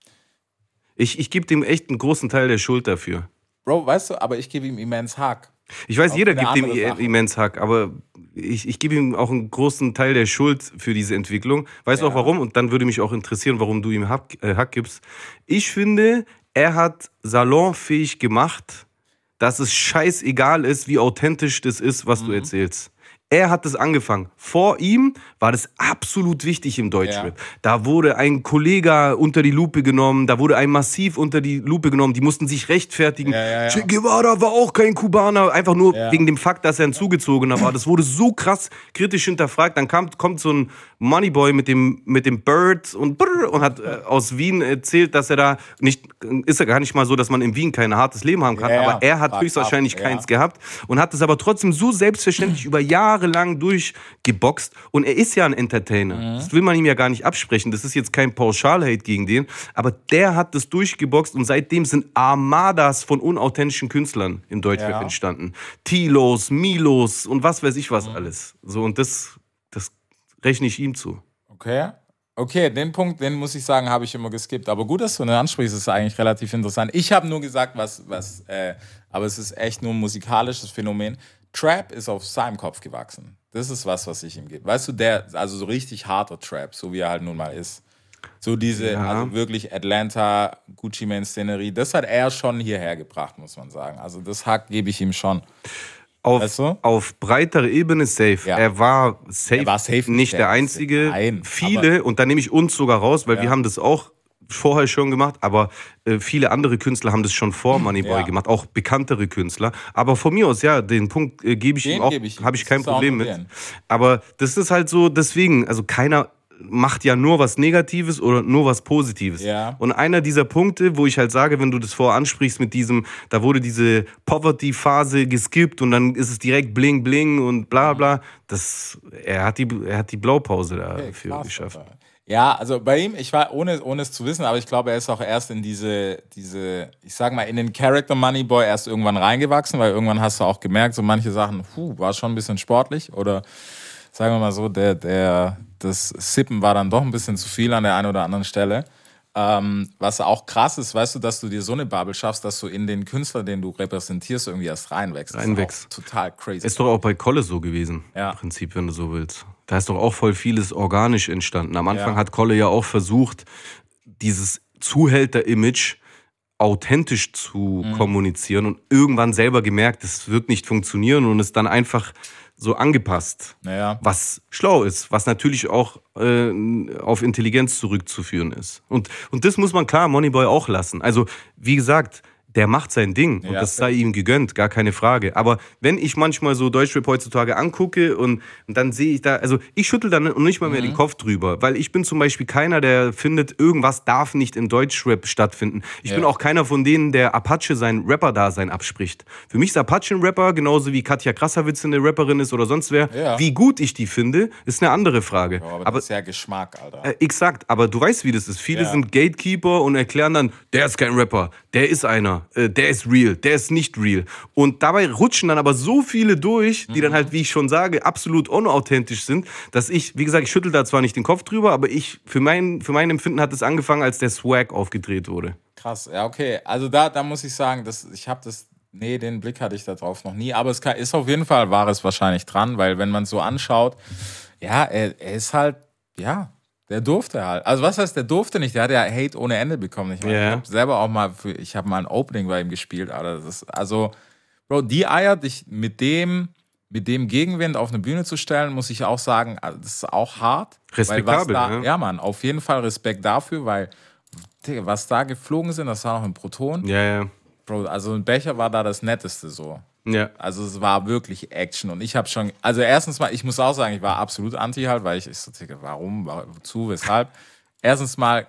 Ich, ich gebe dem echt einen großen Teil der Schuld dafür. Bro, weißt du, aber ich gebe ihm immens Hack. Ich weiß, Auch jeder eine gibt dem andere Sache. immens Hack, aber ich, ich gebe ihm auch einen großen Teil der Schuld für diese Entwicklung. Weißt du Ja. auch warum? Und dann würde mich auch interessieren, warum du ihm Hack, äh, Hack gibst. Ich finde, er hat salonfähig gemacht, dass es scheißegal ist, wie authentisch das ist, was Mhm. du erzählst. Er hat das angefangen. Vor ihm war das absolut wichtig im Deutschrap. Ja. Da wurde ein Kollege unter die Lupe genommen, da wurde ein Massiv unter die Lupe genommen, die mussten sich rechtfertigen. Ja, ja, ja. Che Guevara war auch kein Kubaner, einfach nur Ja. wegen dem Fakt, dass er ein Zugezogener war. Das wurde so krass kritisch hinterfragt. Dann kam, kommt so ein Moneyboy mit dem, mit dem Bird und brr und hat äh, aus Wien erzählt, dass er da nicht, ist ja gar nicht mal so, dass man in Wien kein hartes Leben haben kann, Ja, ja. aber er hat Fuck höchstwahrscheinlich up, ja. keins gehabt und hat es aber trotzdem so selbstverständlich über Jahre lang durchgeboxt. Und er ist ja ein Entertainer. Mhm. Das will man ihm ja gar nicht absprechen. Das ist jetzt kein Pauschal-Hate gegen den. Aber der hat das durchgeboxt und seitdem sind Armadas von unauthentischen Künstlern im Deutschrap Ja. entstanden. Tilos, Milos und was weiß ich was Mhm. alles. So, und das, das rechne ich ihm zu. Okay. Okay, den Punkt, den muss ich sagen, habe ich immer geskippt. Aber gut, dass du den ansprichst, ist eigentlich relativ interessant. Ich habe nur gesagt, was, was, äh, aber es ist echt nur ein musikalisches Phänomen. Trap ist auf seinem Kopf gewachsen. Das ist was, was ich ihm gebe. Weißt du, der, also so richtig harter Trap, so wie er halt nun mal ist. So diese, Ja. also wirklich Atlanta, Gucci Mane Scenery, das hat er schon hierher gebracht, muss man sagen. Also das Hack gebe ich ihm schon. Auf, Weißt du? auf breiterer Ebene safe. Ja. Er war safe, Er war safe nicht nicht der der Einzige. Nein, viele, und da nehme ich uns sogar raus, weil Ja. wir haben das auch vorher schon gemacht, aber äh, viele andere Künstler haben das schon vor Moneyboy Ja. gemacht, auch bekanntere Künstler. Aber von mir aus, ja, den Punkt äh, gebe ich Den ihm auch, gebe ich ihm. habe ich Das kein ist auch Problem nur mit. den. Aber das ist halt so, deswegen, also keiner macht ja nur was Negatives oder nur was Positives. Ja. Und einer dieser Punkte, wo ich halt sage, wenn du das vorher ansprichst mit diesem, da wurde diese Poverty-Phase geskippt und dann ist es direkt bling bling und bla bla, das, er hat die, er hat die Blaupause Okay, dafür krass, geschafft. Alter. Ja, also bei ihm, ich war, ohne, ohne es zu wissen, aber ich glaube, er ist auch erst in diese, diese, ich sag mal, in den Character Moneyboy erst irgendwann reingewachsen, weil irgendwann hast du auch gemerkt, so manche Sachen, puh, war schon ein bisschen sportlich oder sagen wir mal so, der, der, das Sippen war dann doch ein bisschen zu viel an der einen oder anderen Stelle. Ähm, was auch krass ist, weißt du, dass du dir so eine Bubble schaffst, dass du in den Künstler, den du repräsentierst, irgendwie erst reinwächst. Das ist Reinwächst. auch total crazy. Ist doch auch bei Kolle so gewesen, Ja. im Prinzip, wenn du so willst. Da ist doch auch voll vieles organisch entstanden. Am Anfang Ja. hat Kolle ja auch versucht, dieses Zuhälter-Image authentisch zu Mhm. kommunizieren und irgendwann selber gemerkt, es wird nicht funktionieren und es dann einfach so angepasst. Naja. Was schlau ist, was natürlich auch äh, auf Intelligenz zurückzuführen ist. Und, und das muss man klar Moneyboy auch lassen. Also, wie gesagt, der macht sein Ding und Ja, das sei ihm gegönnt, gar keine Frage. Aber wenn ich manchmal so Deutschrap heutzutage angucke und, und dann sehe ich da, also ich schüttel dann nicht mal mehr Mhm. den Kopf drüber, weil ich bin zum Beispiel keiner, der findet, irgendwas darf nicht im Deutschrap stattfinden. Ich Ja. bin auch keiner von denen, der Apache sein Rapper-Dasein abspricht. Für mich ist Apache ein Rapper, genauso wie Katja Krasavice eine Rapperin ist oder sonst wer. Ja. Wie gut ich die finde, ist eine andere Frage. Ja, aber, aber das ist ja Geschmack, Alter. äh, exakt, aber du weißt, wie das ist. Viele Ja. sind Gatekeeper und erklären dann, der ist kein Rapper, der ist einer, äh, der ist real, der ist nicht real. Und dabei rutschen dann aber so viele durch, die dann halt, wie ich schon sage, absolut unauthentisch sind, dass ich, wie gesagt, ich schüttel da zwar nicht den Kopf drüber, aber ich, für mein, für mein Empfinden hat es angefangen, als der Swag aufgedreht wurde. Krass, ja, okay. Also da, da muss ich sagen, dass ich habe das, nee, den Blick hatte ich da drauf noch nie, aber es kann, ist auf jeden Fall, war es wahrscheinlich dran, weil wenn man es so anschaut, ja, er, er ist halt, ja, der durfte halt. Also was heißt, der durfte nicht, der hat ja Hate ohne Ende bekommen. Ich meine, Ja. ich habe selber auch mal, für, ich habe mal ein Opening bei ihm gespielt, aber das ist, also, Bro, die Eier, dich mit dem, mit dem Gegenwind auf eine Bühne zu stellen, muss ich auch sagen, also das ist auch hart. Respektabel, weil was da, ja. ja, Mann, auf jeden Fall Respekt dafür, weil, Digga, was da geflogen sind, das war noch ein Proton. Ja, ja. Bro, also ein Becher war da das Netteste so. Ja. Also es war wirklich Action und ich habe schon, also erstens mal, ich muss auch sagen, ich war absolut anti halt, weil ich, ich so, Digga, warum, wozu, weshalb? Erstens mal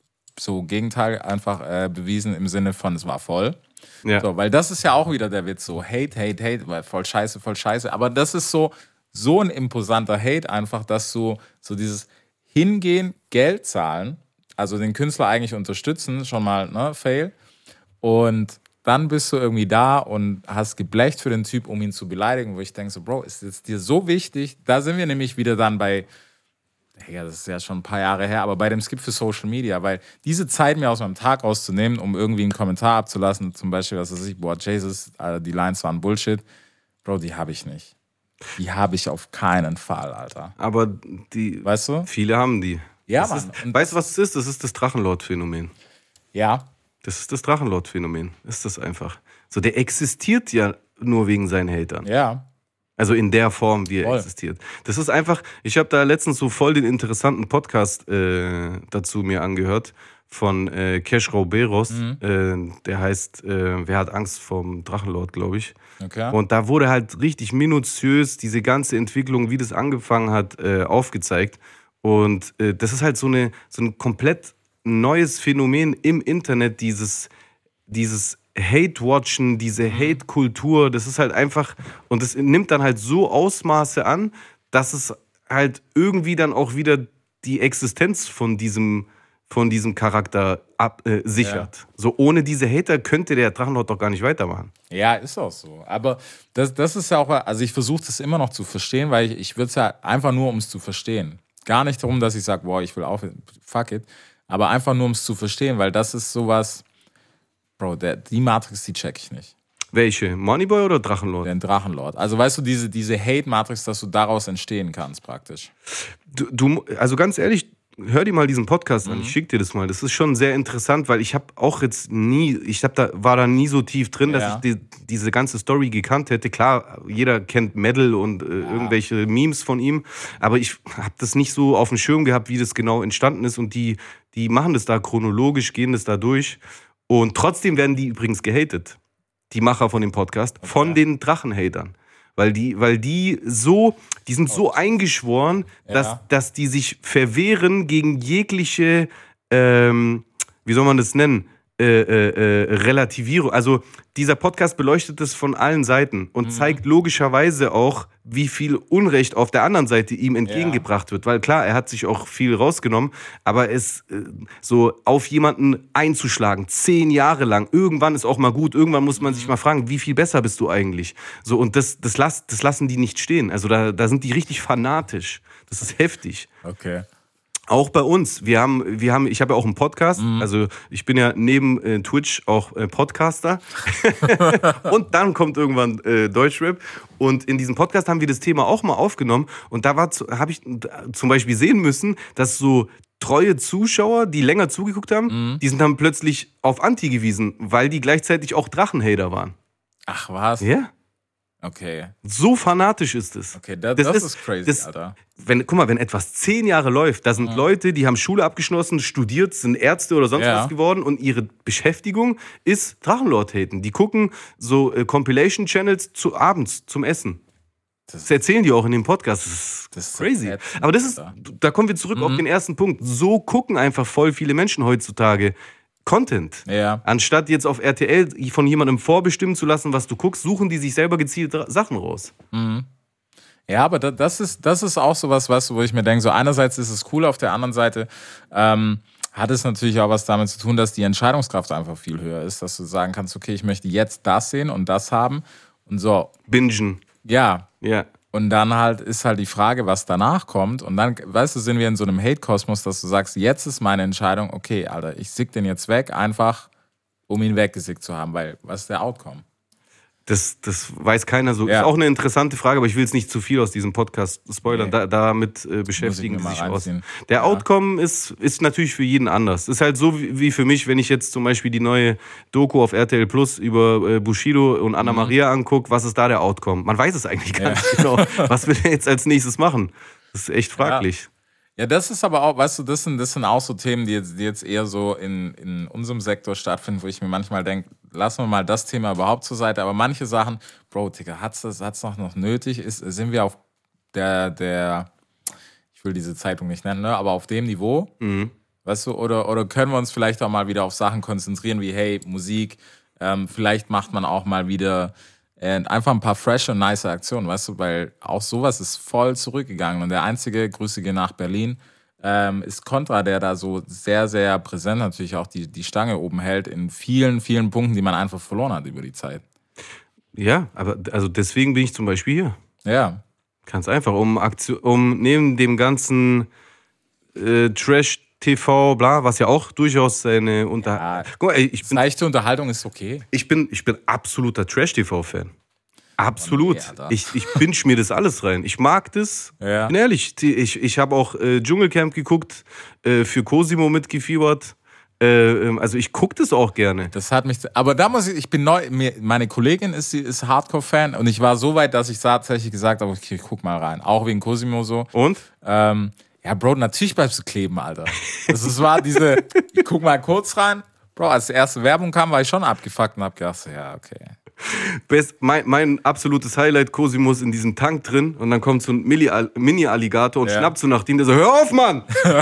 so Gegenteil einfach äh, bewiesen im Sinne von, es war voll. Ja. So, weil das ist ja auch wieder der Witz, so Hate, Hate, Hate, weil voll scheiße, voll scheiße. Aber das ist so, so ein imposanter Hate einfach, dass du so dieses Hingehen, Geld zahlen, also den Künstler eigentlich unterstützen, schon mal, ne, Fail. Und dann bist du irgendwie da und hast geblecht für den Typ, um ihn zu beleidigen, wo ich denke so, Bro, ist es dir so wichtig? Da sind wir nämlich wieder dann bei, ja, das ist ja schon ein paar Jahre her, aber bei dem Skip für Social Media, weil diese Zeit mir aus meinem Tag rauszunehmen, um irgendwie einen Kommentar abzulassen, zum Beispiel, was weiß ich, boah, Jesus, Alter, die Lines waren Bullshit, Bro, die habe ich nicht. Die habe ich auf keinen Fall, Alter. Aber die, weißt du? Viele haben die. Ja, das Mann. Ist, weißt du, was es ist? Das ist das Drachenlord-Phänomen. Ja. Das ist das Drachenlord-Phänomen. Ist das einfach. So, der existiert ja nur wegen seinen Hatern. Ja. Also in der Form, wie er voll. existiert. Das ist einfach, ich habe da letztens so voll den interessanten Podcast äh, dazu mir angehört von äh, Kesh Rauberos. Mhm. Äh, der heißt, äh, wer hat Angst vom Drachenlord, glaube ich. Okay. Und da wurde halt richtig minutiös diese ganze Entwicklung, wie das angefangen hat, äh, aufgezeigt. Und äh, das ist halt so, eine, so ein komplett neues Phänomen im Internet, dieses, dieses Hate-Watchen, diese Hate-Kultur, das ist halt einfach, und das nimmt dann halt so Ausmaße an, dass es halt irgendwie dann auch wieder die Existenz von diesem, von diesem Charakter ab, äh, sichert. Ja. So ohne diese Hater könnte der Drachenlord doch gar nicht weitermachen. Ja, ist auch so. Aber das, das ist ja auch, also ich versuche das immer noch zu verstehen, weil ich, ich würde es ja einfach nur, um es zu verstehen. Gar nicht darum, dass ich sage, boah, ich will aufhören, fuck it. Aber einfach nur, um es zu verstehen, weil das ist sowas, Bro, der, die Matrix, die check ich nicht. Welche? Moneyboy oder Drachenlord? Den Drachenlord. Also weißt du, diese, diese Hate-Matrix, dass du daraus entstehen kannst praktisch. Du, du, also ganz ehrlich, hör dir mal diesen Podcast an, ich schick dir das mal. Das ist schon sehr interessant, weil ich habe auch jetzt nie, ich hab da, war da nie so tief drin, ja. dass ich die, diese ganze Story gekannt hätte. Klar, jeder kennt Metal und äh, ja. irgendwelche Memes von ihm, aber ich habe das nicht so auf dem Schirm gehabt, wie das genau entstanden ist, und die, die machen das da chronologisch, gehen das da durch, und trotzdem werden die übrigens gehatet, die Macher von dem Podcast, okay. von den Drachenhatern. Weil die, weil die so, die sind so eingeschworen, dass, ja. dass die sich verwehren gegen jegliche, ähm, wie soll man das nennen, äh, äh, äh, Relativierung. Also dieser Podcast beleuchtet das von allen Seiten und mhm. zeigt logischerweise auch, wie viel Unrecht auf der anderen Seite ihm entgegengebracht ja. wird. Weil klar, er hat sich auch viel rausgenommen, aber es äh, so auf jemanden einzuschlagen, zehn Jahre lang, irgendwann ist auch mal gut, irgendwann muss man mhm. sich mal fragen, wie viel besser bist du eigentlich? So, und das, das, las, das lassen die nicht stehen. Also da, da sind die richtig fanatisch. Das ist heftig. Okay. Auch bei uns. Wir haben, wir haben, ich habe ja auch einen Podcast. Mhm. Also ich bin ja neben äh, Twitch auch äh, Podcaster. Und dann kommt irgendwann äh, Deutschrap. Und in diesem Podcast haben wir das Thema auch mal aufgenommen. Und da war, habe ich zum Beispiel sehen müssen, dass so treue Zuschauer, die länger zugeguckt haben, mhm. die sind dann plötzlich auf Anti gewiesen, weil die gleichzeitig auch Drachenhater waren. Ach was? Ja. Okay. So fanatisch ist es. Okay, das, das, das ist, ist crazy, das, Alter. Wenn, guck mal, wenn etwas zehn Jahre läuft, da sind mhm. Leute, die haben Schule abgeschlossen, studiert, sind Ärzte oder sonst ja. was geworden, und ihre Beschäftigung ist Drachenlord-Haten. Die gucken so äh, Compilation-Channels zu abends zum Essen. Das, das erzählen die auch in dem Podcast. Das ist, das ist crazy. Ätzend, aber das ist, da kommen wir zurück mhm. auf den ersten Punkt. So gucken einfach voll viele Menschen heutzutage Content. Ja. Anstatt jetzt auf R T L von jemandem vorbestimmen zu lassen, was du guckst, suchen die sich selber gezielt Sachen raus. Mhm. Ja, aber das ist, das ist auch sowas, weißt du, wo ich mir denke, so einerseits ist es cool, auf der anderen Seite ähm, hat es natürlich auch was damit zu tun, dass die Entscheidungskraft einfach viel höher ist, dass du sagen kannst, okay, ich möchte jetzt das sehen und das haben und so. Bingen. Ja. Ja. Und dann halt ist halt die Frage, was danach kommt. Und dann, weißt du, sind wir in so einem Hate-Kosmos, dass du sagst, jetzt ist meine Entscheidung, okay, Alter, ich sick den jetzt weg, einfach um ihn weggesickt zu haben, weil was ist der Outcome? Das, das weiß keiner so. Ja. Ist auch eine interessante Frage, aber ich will jetzt nicht zu viel aus diesem Podcast spoilern. Nee. Da, damit äh, beschäftigen sie sich aus. Der ja. Outcome ist, ist natürlich für jeden anders. Ist halt so wie, wie für mich, wenn ich jetzt zum Beispiel die neue Doku auf R T L Plus über äh, Bushido und Anna mhm. Maria angucke. Was ist da der Outcome? Man weiß es eigentlich gar ja. nicht genau. Was will er jetzt als nächstes machen? Das ist echt fraglich. Ja. Ja, das ist aber auch, weißt du, das sind, das sind auch so Themen, die jetzt, die jetzt eher so in, in unserem Sektor stattfinden, wo ich mir manchmal denke, lassen wir mal das Thema überhaupt zur Seite. Aber manche Sachen, Bro, Digga, hat's das, hat's noch, noch nötig? Ist, sind wir auf der, der, ich will diese Zeitung nicht nennen, ne, aber auf dem Niveau, mhm. weißt du, oder, oder können wir uns vielleicht auch mal wieder auf Sachen konzentrieren, wie, hey, Musik, ähm, vielleicht macht man auch mal wieder einfach ein paar fresh und nice Aktionen, weißt du, weil auch sowas ist voll zurückgegangen. Und der einzige, Grüße gehen nach Berlin, ähm, ist Contra, der da so sehr, sehr präsent natürlich auch die, die Stange oben hält in vielen, vielen Punkten, die man einfach verloren hat über die Zeit. Ja, aber also deswegen bin ich zum Beispiel hier. Ja. Ganz einfach, um, Aktion, um neben dem ganzen äh, Trash-T V, bla, was ja auch durchaus seine Unter... Ja, Guck mal, ey, ich bin, leichte Unterhaltung ist okay. ich bin, ich bin absoluter Trash-T V-Fan. Absolut. Oh nee, Alter. ich ich binge mir das alles rein. Ich mag das. Ja. Bin ehrlich, die- ich, ich habe auch äh, Dschungelcamp geguckt, äh, für Cosimo mitgefiebert. Äh, ähm, also ich gucke das auch gerne. Das hat mich, aber da muss ich, ich bin neu, mir, meine Kollegin ist, sie ist Hardcore-Fan und ich war so weit, dass ich tatsächlich gesagt habe, okay, ich guck mal rein. Auch wegen Cosimo so. Und? Ähm, ja, Bro, natürlich bleibst du kleben, Alter. Das ist, war diese, ich guck mal kurz rein. Bro, als die erste Werbung kam, war ich schon abgefuckt und hab gedacht, so, ja, okay. Best, mein, mein absolutes Highlight, Cosimo ist in diesem Tank drin und dann kommt so ein Milli- Mini-Alligator und Ja. schnappt so nach ihm, der so, hör auf, Mann!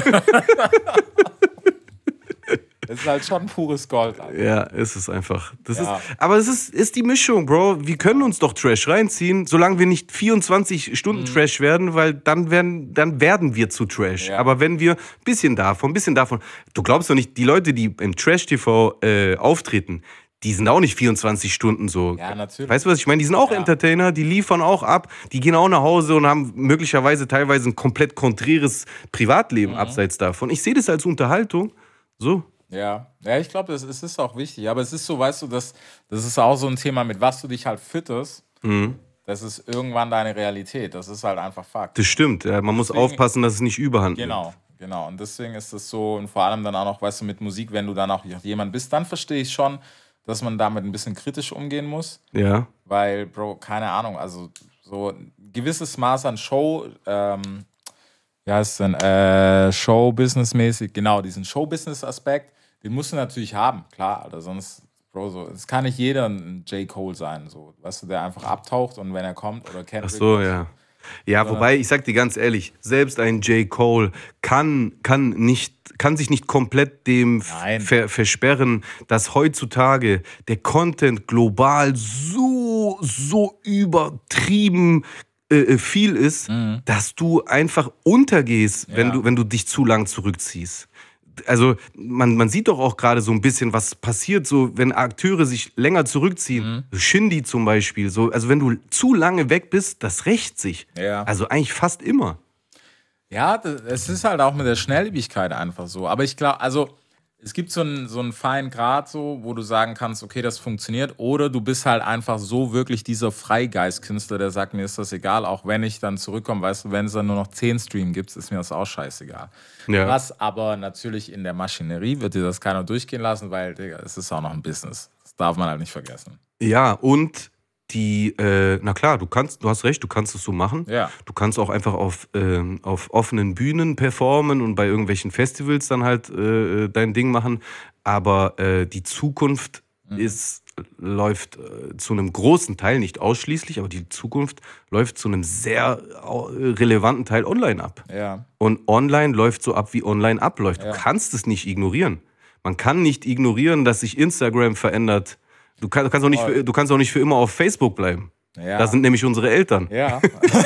Das ist halt schon pures Gold, Alter. Ja, ist es einfach. Das Ja. ist, aber es ist, ist die Mischung, Bro. Wir können uns doch Trash reinziehen, solange wir nicht vierundzwanzig Stunden Mhm. Trash werden, weil dann werden, dann werden wir zu Trash. Ja. Aber wenn wir ein bisschen davon, ein bisschen davon. Du glaubst doch nicht, die Leute, die im Trash-T V äh, auftreten, die sind auch nicht vierundzwanzig Stunden so. Ja, natürlich. Weißt du, was ich meine? Die sind auch Ja. Entertainer, die liefern auch ab, die gehen auch nach Hause und haben möglicherweise teilweise ein komplett konträres Privatleben Mhm. abseits davon. Ich sehe das als Unterhaltung. So. Ja, ja, ich glaube, es, es ist auch wichtig. Aber es ist so, weißt du, das, das ist auch so ein Thema, mit was du dich halt fütterst. Mhm. Das ist irgendwann deine Realität. Das ist halt einfach Fakt. Das stimmt. Ja, man muss Deswegen- aufpassen, dass es nicht überhand nimmt. Genau, genau. Und deswegen ist es so, und vor allem dann auch noch, weißt du, mit Musik, wenn du dann auch jemand bist, dann verstehe ich schon, dass man damit ein bisschen kritisch umgehen muss. Ja. Weil, Bro, keine Ahnung, also so ein gewisses Maß an Show, ähm, wie heißt es denn, äh, Show-Business-mäßig, genau, diesen Show-Business-Aspekt, den musst du natürlich haben, klar, Alter, sonst, Bro, so, es kann nicht jeder ein J. Cole sein, so, weißt du, der einfach abtaucht und wenn er kommt oder Kendrick. Ach so, ja. Ja, wobei, ich sag dir ganz ehrlich, selbst ein J. Cole kann, kann, nicht, kann sich nicht komplett dem Nein. ver versperren, dass heutzutage der Content global so, so übertrieben äh, viel ist, Mhm. dass du einfach untergehst, wenn, Ja. du, wenn du dich zu lang zurückziehst. Also man, man sieht doch auch gerade so ein bisschen, was passiert, so wenn Akteure sich länger zurückziehen. Mhm. Shindy zum Beispiel. So, also wenn du zu lange weg bist, das rächt sich. Ja. Also eigentlich fast immer. Ja, das, es ist halt auch mit der Schnelllebigkeit einfach so. Aber ich glaube, also es gibt so einen, so einen feinen Grad, so, wo du sagen kannst, okay, das funktioniert. Oder du bist halt einfach so wirklich dieser Freigeist-Künstler, der sagt, mir ist das egal, auch wenn ich dann zurückkomme, weißt du, wenn es dann nur noch zehn Stream gibt, ist mir das auch scheißegal. Ja. Was aber natürlich in der Maschinerie wird dir das keiner durchgehen lassen, weil, Digga, es ist auch noch ein Business. Das darf man halt nicht vergessen. Ja, und die, äh, na klar, du kannst, du hast recht, du kannst es so machen. Ja. Du kannst auch einfach auf, ähm, auf offenen Bühnen performen und bei irgendwelchen Festivals dann halt äh, dein Ding machen. Aber äh, die Zukunft Mhm. ist, läuft äh, zu einem großen Teil, nicht ausschließlich, aber die Zukunft läuft zu einem sehr äh, relevanten Teil online ab. Ja. Und online läuft so ab, wie online abläuft. Ja. Du kannst es nicht ignorieren. Man kann nicht ignorieren, dass sich Instagram verändert. Du, kann, du, kannst auch nicht für, du kannst auch nicht für immer auf Facebook bleiben. Ja. Das sind nämlich unsere Eltern. Ja.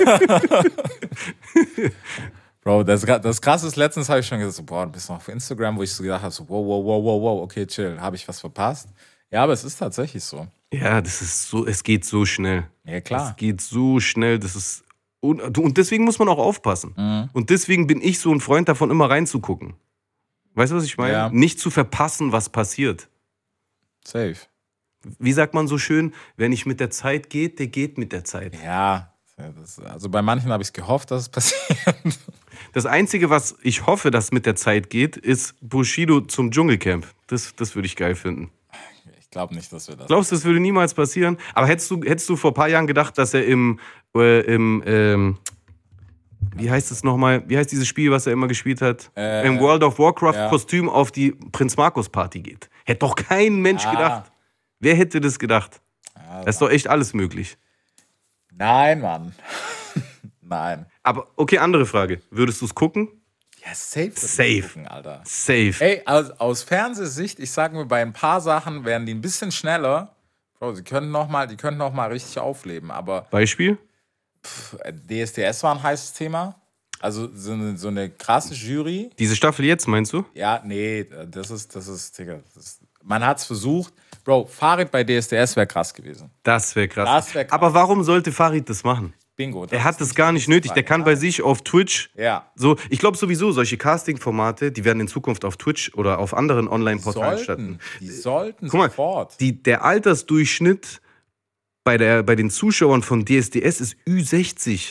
Bro, das, das krasse ist, letztens habe ich schon gesagt, so, boah, du bist noch auf Instagram, wo ich so gedacht habe, so, wow, wow, wow, wow, wow, okay, chill, habe ich was verpasst? Ja, aber es ist tatsächlich so. Ja, das ist so, es geht so schnell. Ja, klar. Es geht so schnell, das ist. Und, und deswegen muss man auch aufpassen. Mhm. Und deswegen bin ich so ein Freund davon, immer reinzugucken. Weißt du, was ich meine? Ja. Nicht zu verpassen, was passiert. Safe. Wie sagt man so schön, wer nicht mit der Zeit geht, der geht mit der Zeit. Ja, das, also bei manchen habe ich es gehofft, dass es passiert. Das Einzige, was ich hoffe, dass mit der Zeit geht, ist Bushido zum Dschungelcamp. Das, das würde ich geil finden. Ich glaube nicht, dass wir das... Glaubst du, das würde niemals passieren? Aber hättest du, hättest du vor ein paar Jahren gedacht, dass er im, äh, im ähm, wie heißt es nochmal, wie heißt dieses Spiel, was er immer gespielt hat? Äh, Im World of Warcraft ja. Kostüm auf die Prinz Markus Party geht. Hätte doch kein Mensch Ah. gedacht. Wer hätte das gedacht? Ja, Das ist doch echt alles möglich. Nein, Mann. Nein. Aber okay, andere Frage. Würdest du es gucken? Ja, safe. würde ich Safe. gucken, Alter. Safe. Ey, aus, aus Fernsehsicht, ich sage mir, bei ein paar Sachen werden die ein bisschen schneller. Bro, sie können noch mal, die können noch mal richtig aufleben. Aber Beispiel? pff, D S D S war ein heißes Thema. Also so eine, so eine krasse Jury. Diese Staffel jetzt, meinst du? Ja, nee, das ist, das ist, Digga, das ist, man hat's versucht. Bro, Farid bei D S D S wäre krass gewesen. Das wäre krass. Das wär krass. Aber warum sollte Farid das machen? Bingo. Das Er hat das gar nicht nötig. Der kann bei sich auf Twitch. Ja. So, ich glaube sowieso, solche Casting-Formate, die werden in Zukunft auf Twitch oder auf anderen Online-Portalen stattfinden. Die sollten Guck mal, sofort. Die, der Altersdurchschnitt bei, der, bei den Zuschauern von D S D S ist Ü sechzig.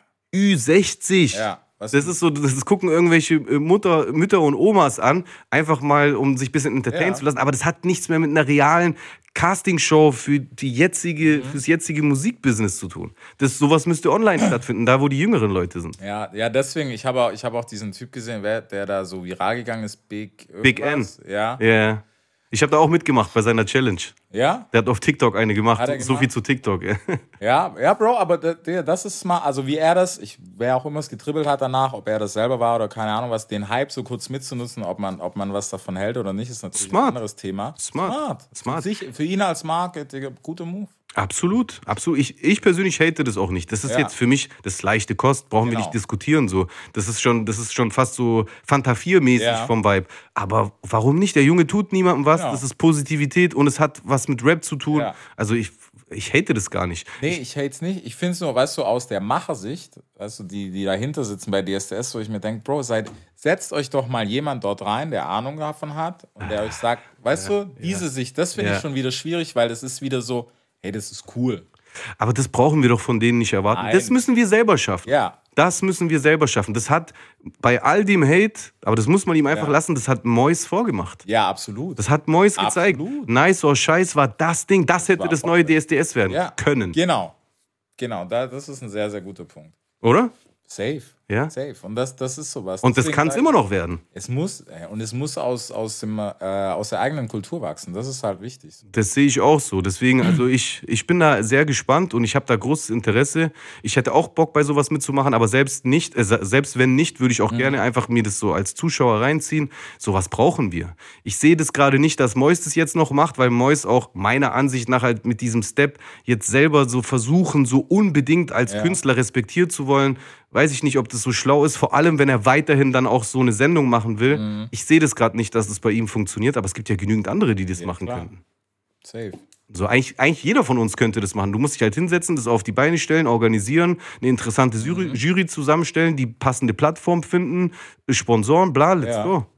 Ü sechzig. Ja. Was Das ist so, das gucken irgendwelche Mutter, Mütter und Omas an, einfach mal, um sich ein bisschen entertainen Ja. zu lassen. Aber das hat nichts mehr mit einer realen Castingshow für die jetzige, Mhm. fürs jetzige Musikbusiness zu tun. Das, sowas müsste online stattfinden, da wo die jüngeren Leute sind. Ja, ja, deswegen, ich habe auch, ich hab auch diesen Typ gesehen, wer, der da so viral gegangen ist, Big Big N. irgendwas. Ja. Ja. Yeah. Ich habe da auch mitgemacht bei seiner Challenge. Ja? Der hat auf TikTok eine gemacht. Hat er So gemacht? viel zu TikTok. Ja. Ja, ja, Bro, aber das, das ist smart. Also wie er das, ich, wer auch immer es getribbelt hat danach, ob er das selber war oder keine Ahnung was, den Hype so kurz mitzunutzen, ob man, ob man was davon hält oder nicht, ist natürlich Smart. ein anderes Thema. Smart. Smart. Smart. Für, sich, für ihn als Marke, Digga, guter Move. Absolut, absolut. Ich, ich persönlich hate das auch nicht. Das ist Ja. jetzt für mich das leichte Kost, brauchen wir Genau. nicht diskutieren. So. Das ist schon, das ist schon fast so Fantafiermäßig Ja. vom Vibe. Aber warum nicht? Der Junge tut niemandem was, Genau. das ist Positivität und es hat was mit Rap zu tun. Ja. Also ich, ich hate das gar nicht. Nee, ich hate es nicht. Ich finde es nur, weißt du, aus der Machersicht, weißt du, die, die dahinter sitzen bei D S D S, wo ich mir denke, Bro, seid, setzt euch doch mal jemand dort rein, der Ahnung davon hat und der euch sagt, weißt du, diese Sicht, das finde Ja. ich schon wieder schwierig, weil das ist wieder so, hey, das ist cool. Aber das brauchen wir doch von denen nicht erwarten. Nein. Das müssen wir selber schaffen. Ja. Das müssen wir selber schaffen. Das hat bei all dem Hate, aber das muss man ihm einfach Ja. lassen, das hat Mois vorgemacht. Ja, absolut. Das hat Mois gezeigt. Absolut. Nice or Scheiß war das Ding. Das hätte war das voll- neue D S D S werden ja. können. Genau. Genau, da, das ist ein sehr, sehr guter Punkt. Oder? Safe. Ja. Safe. Und das, das ist sowas. Und das Deswegen kann es sag- immer noch werden. Es muss, äh, und es muss aus, aus, dem, äh, aus der eigenen Kultur wachsen. Das ist halt wichtig. Das sehe ich auch so. Deswegen, also ich, ich bin da sehr gespannt und ich habe da großes Interesse. Ich hätte auch Bock, bei sowas mitzumachen, aber selbst nicht, äh, selbst wenn nicht, würde ich auch gerne einfach mir das so als Zuschauer reinziehen. Sowas brauchen wir. Ich sehe das gerade nicht, dass Mois das jetzt noch macht, weil Mois auch meiner Ansicht nach halt mit diesem Step jetzt selber so versuchen, so unbedingt als Ja. Künstler respektiert zu wollen. Weiß ich nicht, ob das so schlau ist, vor allem wenn er weiterhin dann auch so eine Sendung machen will. Mhm. Ich sehe das gerade nicht, dass es bei ihm funktioniert, aber es gibt ja genügend andere, die das Ja, machen klar. könnten. Safe. So, eigentlich, eigentlich jeder von uns könnte das machen. Du musst dich halt hinsetzen, das auf die Beine stellen, organisieren, eine interessante Jury, Mhm. Jury zusammenstellen, die passende Plattform finden, Sponsoren, bla, let's Ja. go.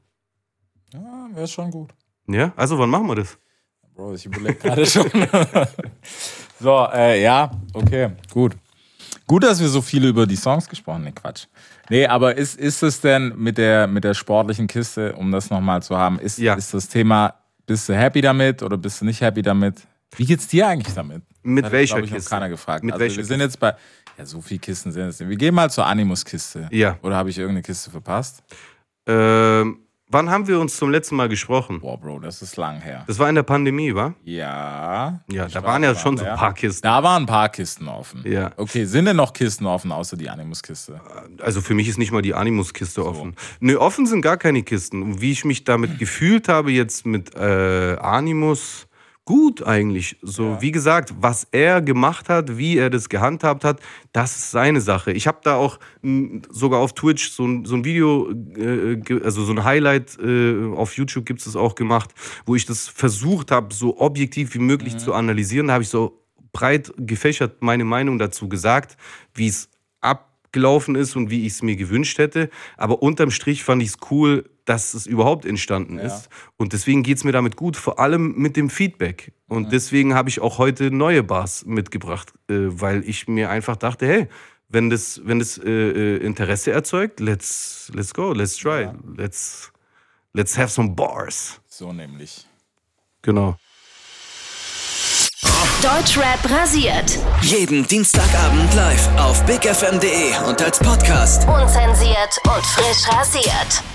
Ja, wäre schon gut. Ja, also wann machen wir das? Bro, ich überlege gerade schon. So, äh, ja, okay, gut. Gut, dass wir so viel über die Songs gesprochen haben. Nee, Quatsch. Nee, aber ist, ist es denn mit der, mit der sportlichen Kiste, um das nochmal zu haben, ist, Ja. ist das Thema, bist du happy damit oder bist du nicht happy damit? Wie geht's dir eigentlich damit? Mit Das hat, welcher glaub ich, noch Kiste? keiner gefragt. Mit also welcher wir sind jetzt bei, ja, so viele Kisten sind es. Wir gehen mal zur Animus-Kiste. Ja. Oder habe ich irgendeine Kiste verpasst? Ähm, wann haben wir uns zum letzten Mal gesprochen? Boah, Bro, das ist lang her. Das war in der Pandemie, wa? Ja. Ja, Ich da war- waren ja war schon so ein leer. paar Kisten. Da waren ein paar Kisten offen. Ja. Okay, sind denn noch Kisten offen, außer die Animus-Kiste? Also für mich ist nicht mal die Animus-Kiste offen. Nö, offen sind gar keine Kisten. Und wie ich mich damit gefühlt habe jetzt mit äh, Animus, gut eigentlich. So, Ja. wie gesagt, was er gemacht hat, wie er das gehandhabt hat, das ist seine Sache. Ich habe da auch mh, sogar auf Twitch so ein, so ein Video, äh, ge- also so ein Highlight äh, auf YouTube gibt es auch gemacht, wo ich das versucht habe, so objektiv wie möglich zu analysieren. Da habe ich so breit gefächert meine Meinung dazu gesagt, wie es abgelaufen ist und wie ich es mir gewünscht hätte. Aber unterm Strich fand ich es cool, dass es überhaupt entstanden Ja. ist. Und deswegen geht es mir damit gut, vor allem mit dem Feedback. Und deswegen habe ich auch heute neue Bars mitgebracht, äh, weil ich mir einfach dachte, hey, wenn das, wenn das äh, äh, Interesse erzeugt, let's, let's go, let's try, Ja. let's, let's have some bars. So nämlich. Genau. Deutschrap rasiert. Jeden Dienstagabend live auf bigfm punkt de und als Podcast. Unzensiert und frisch rasiert.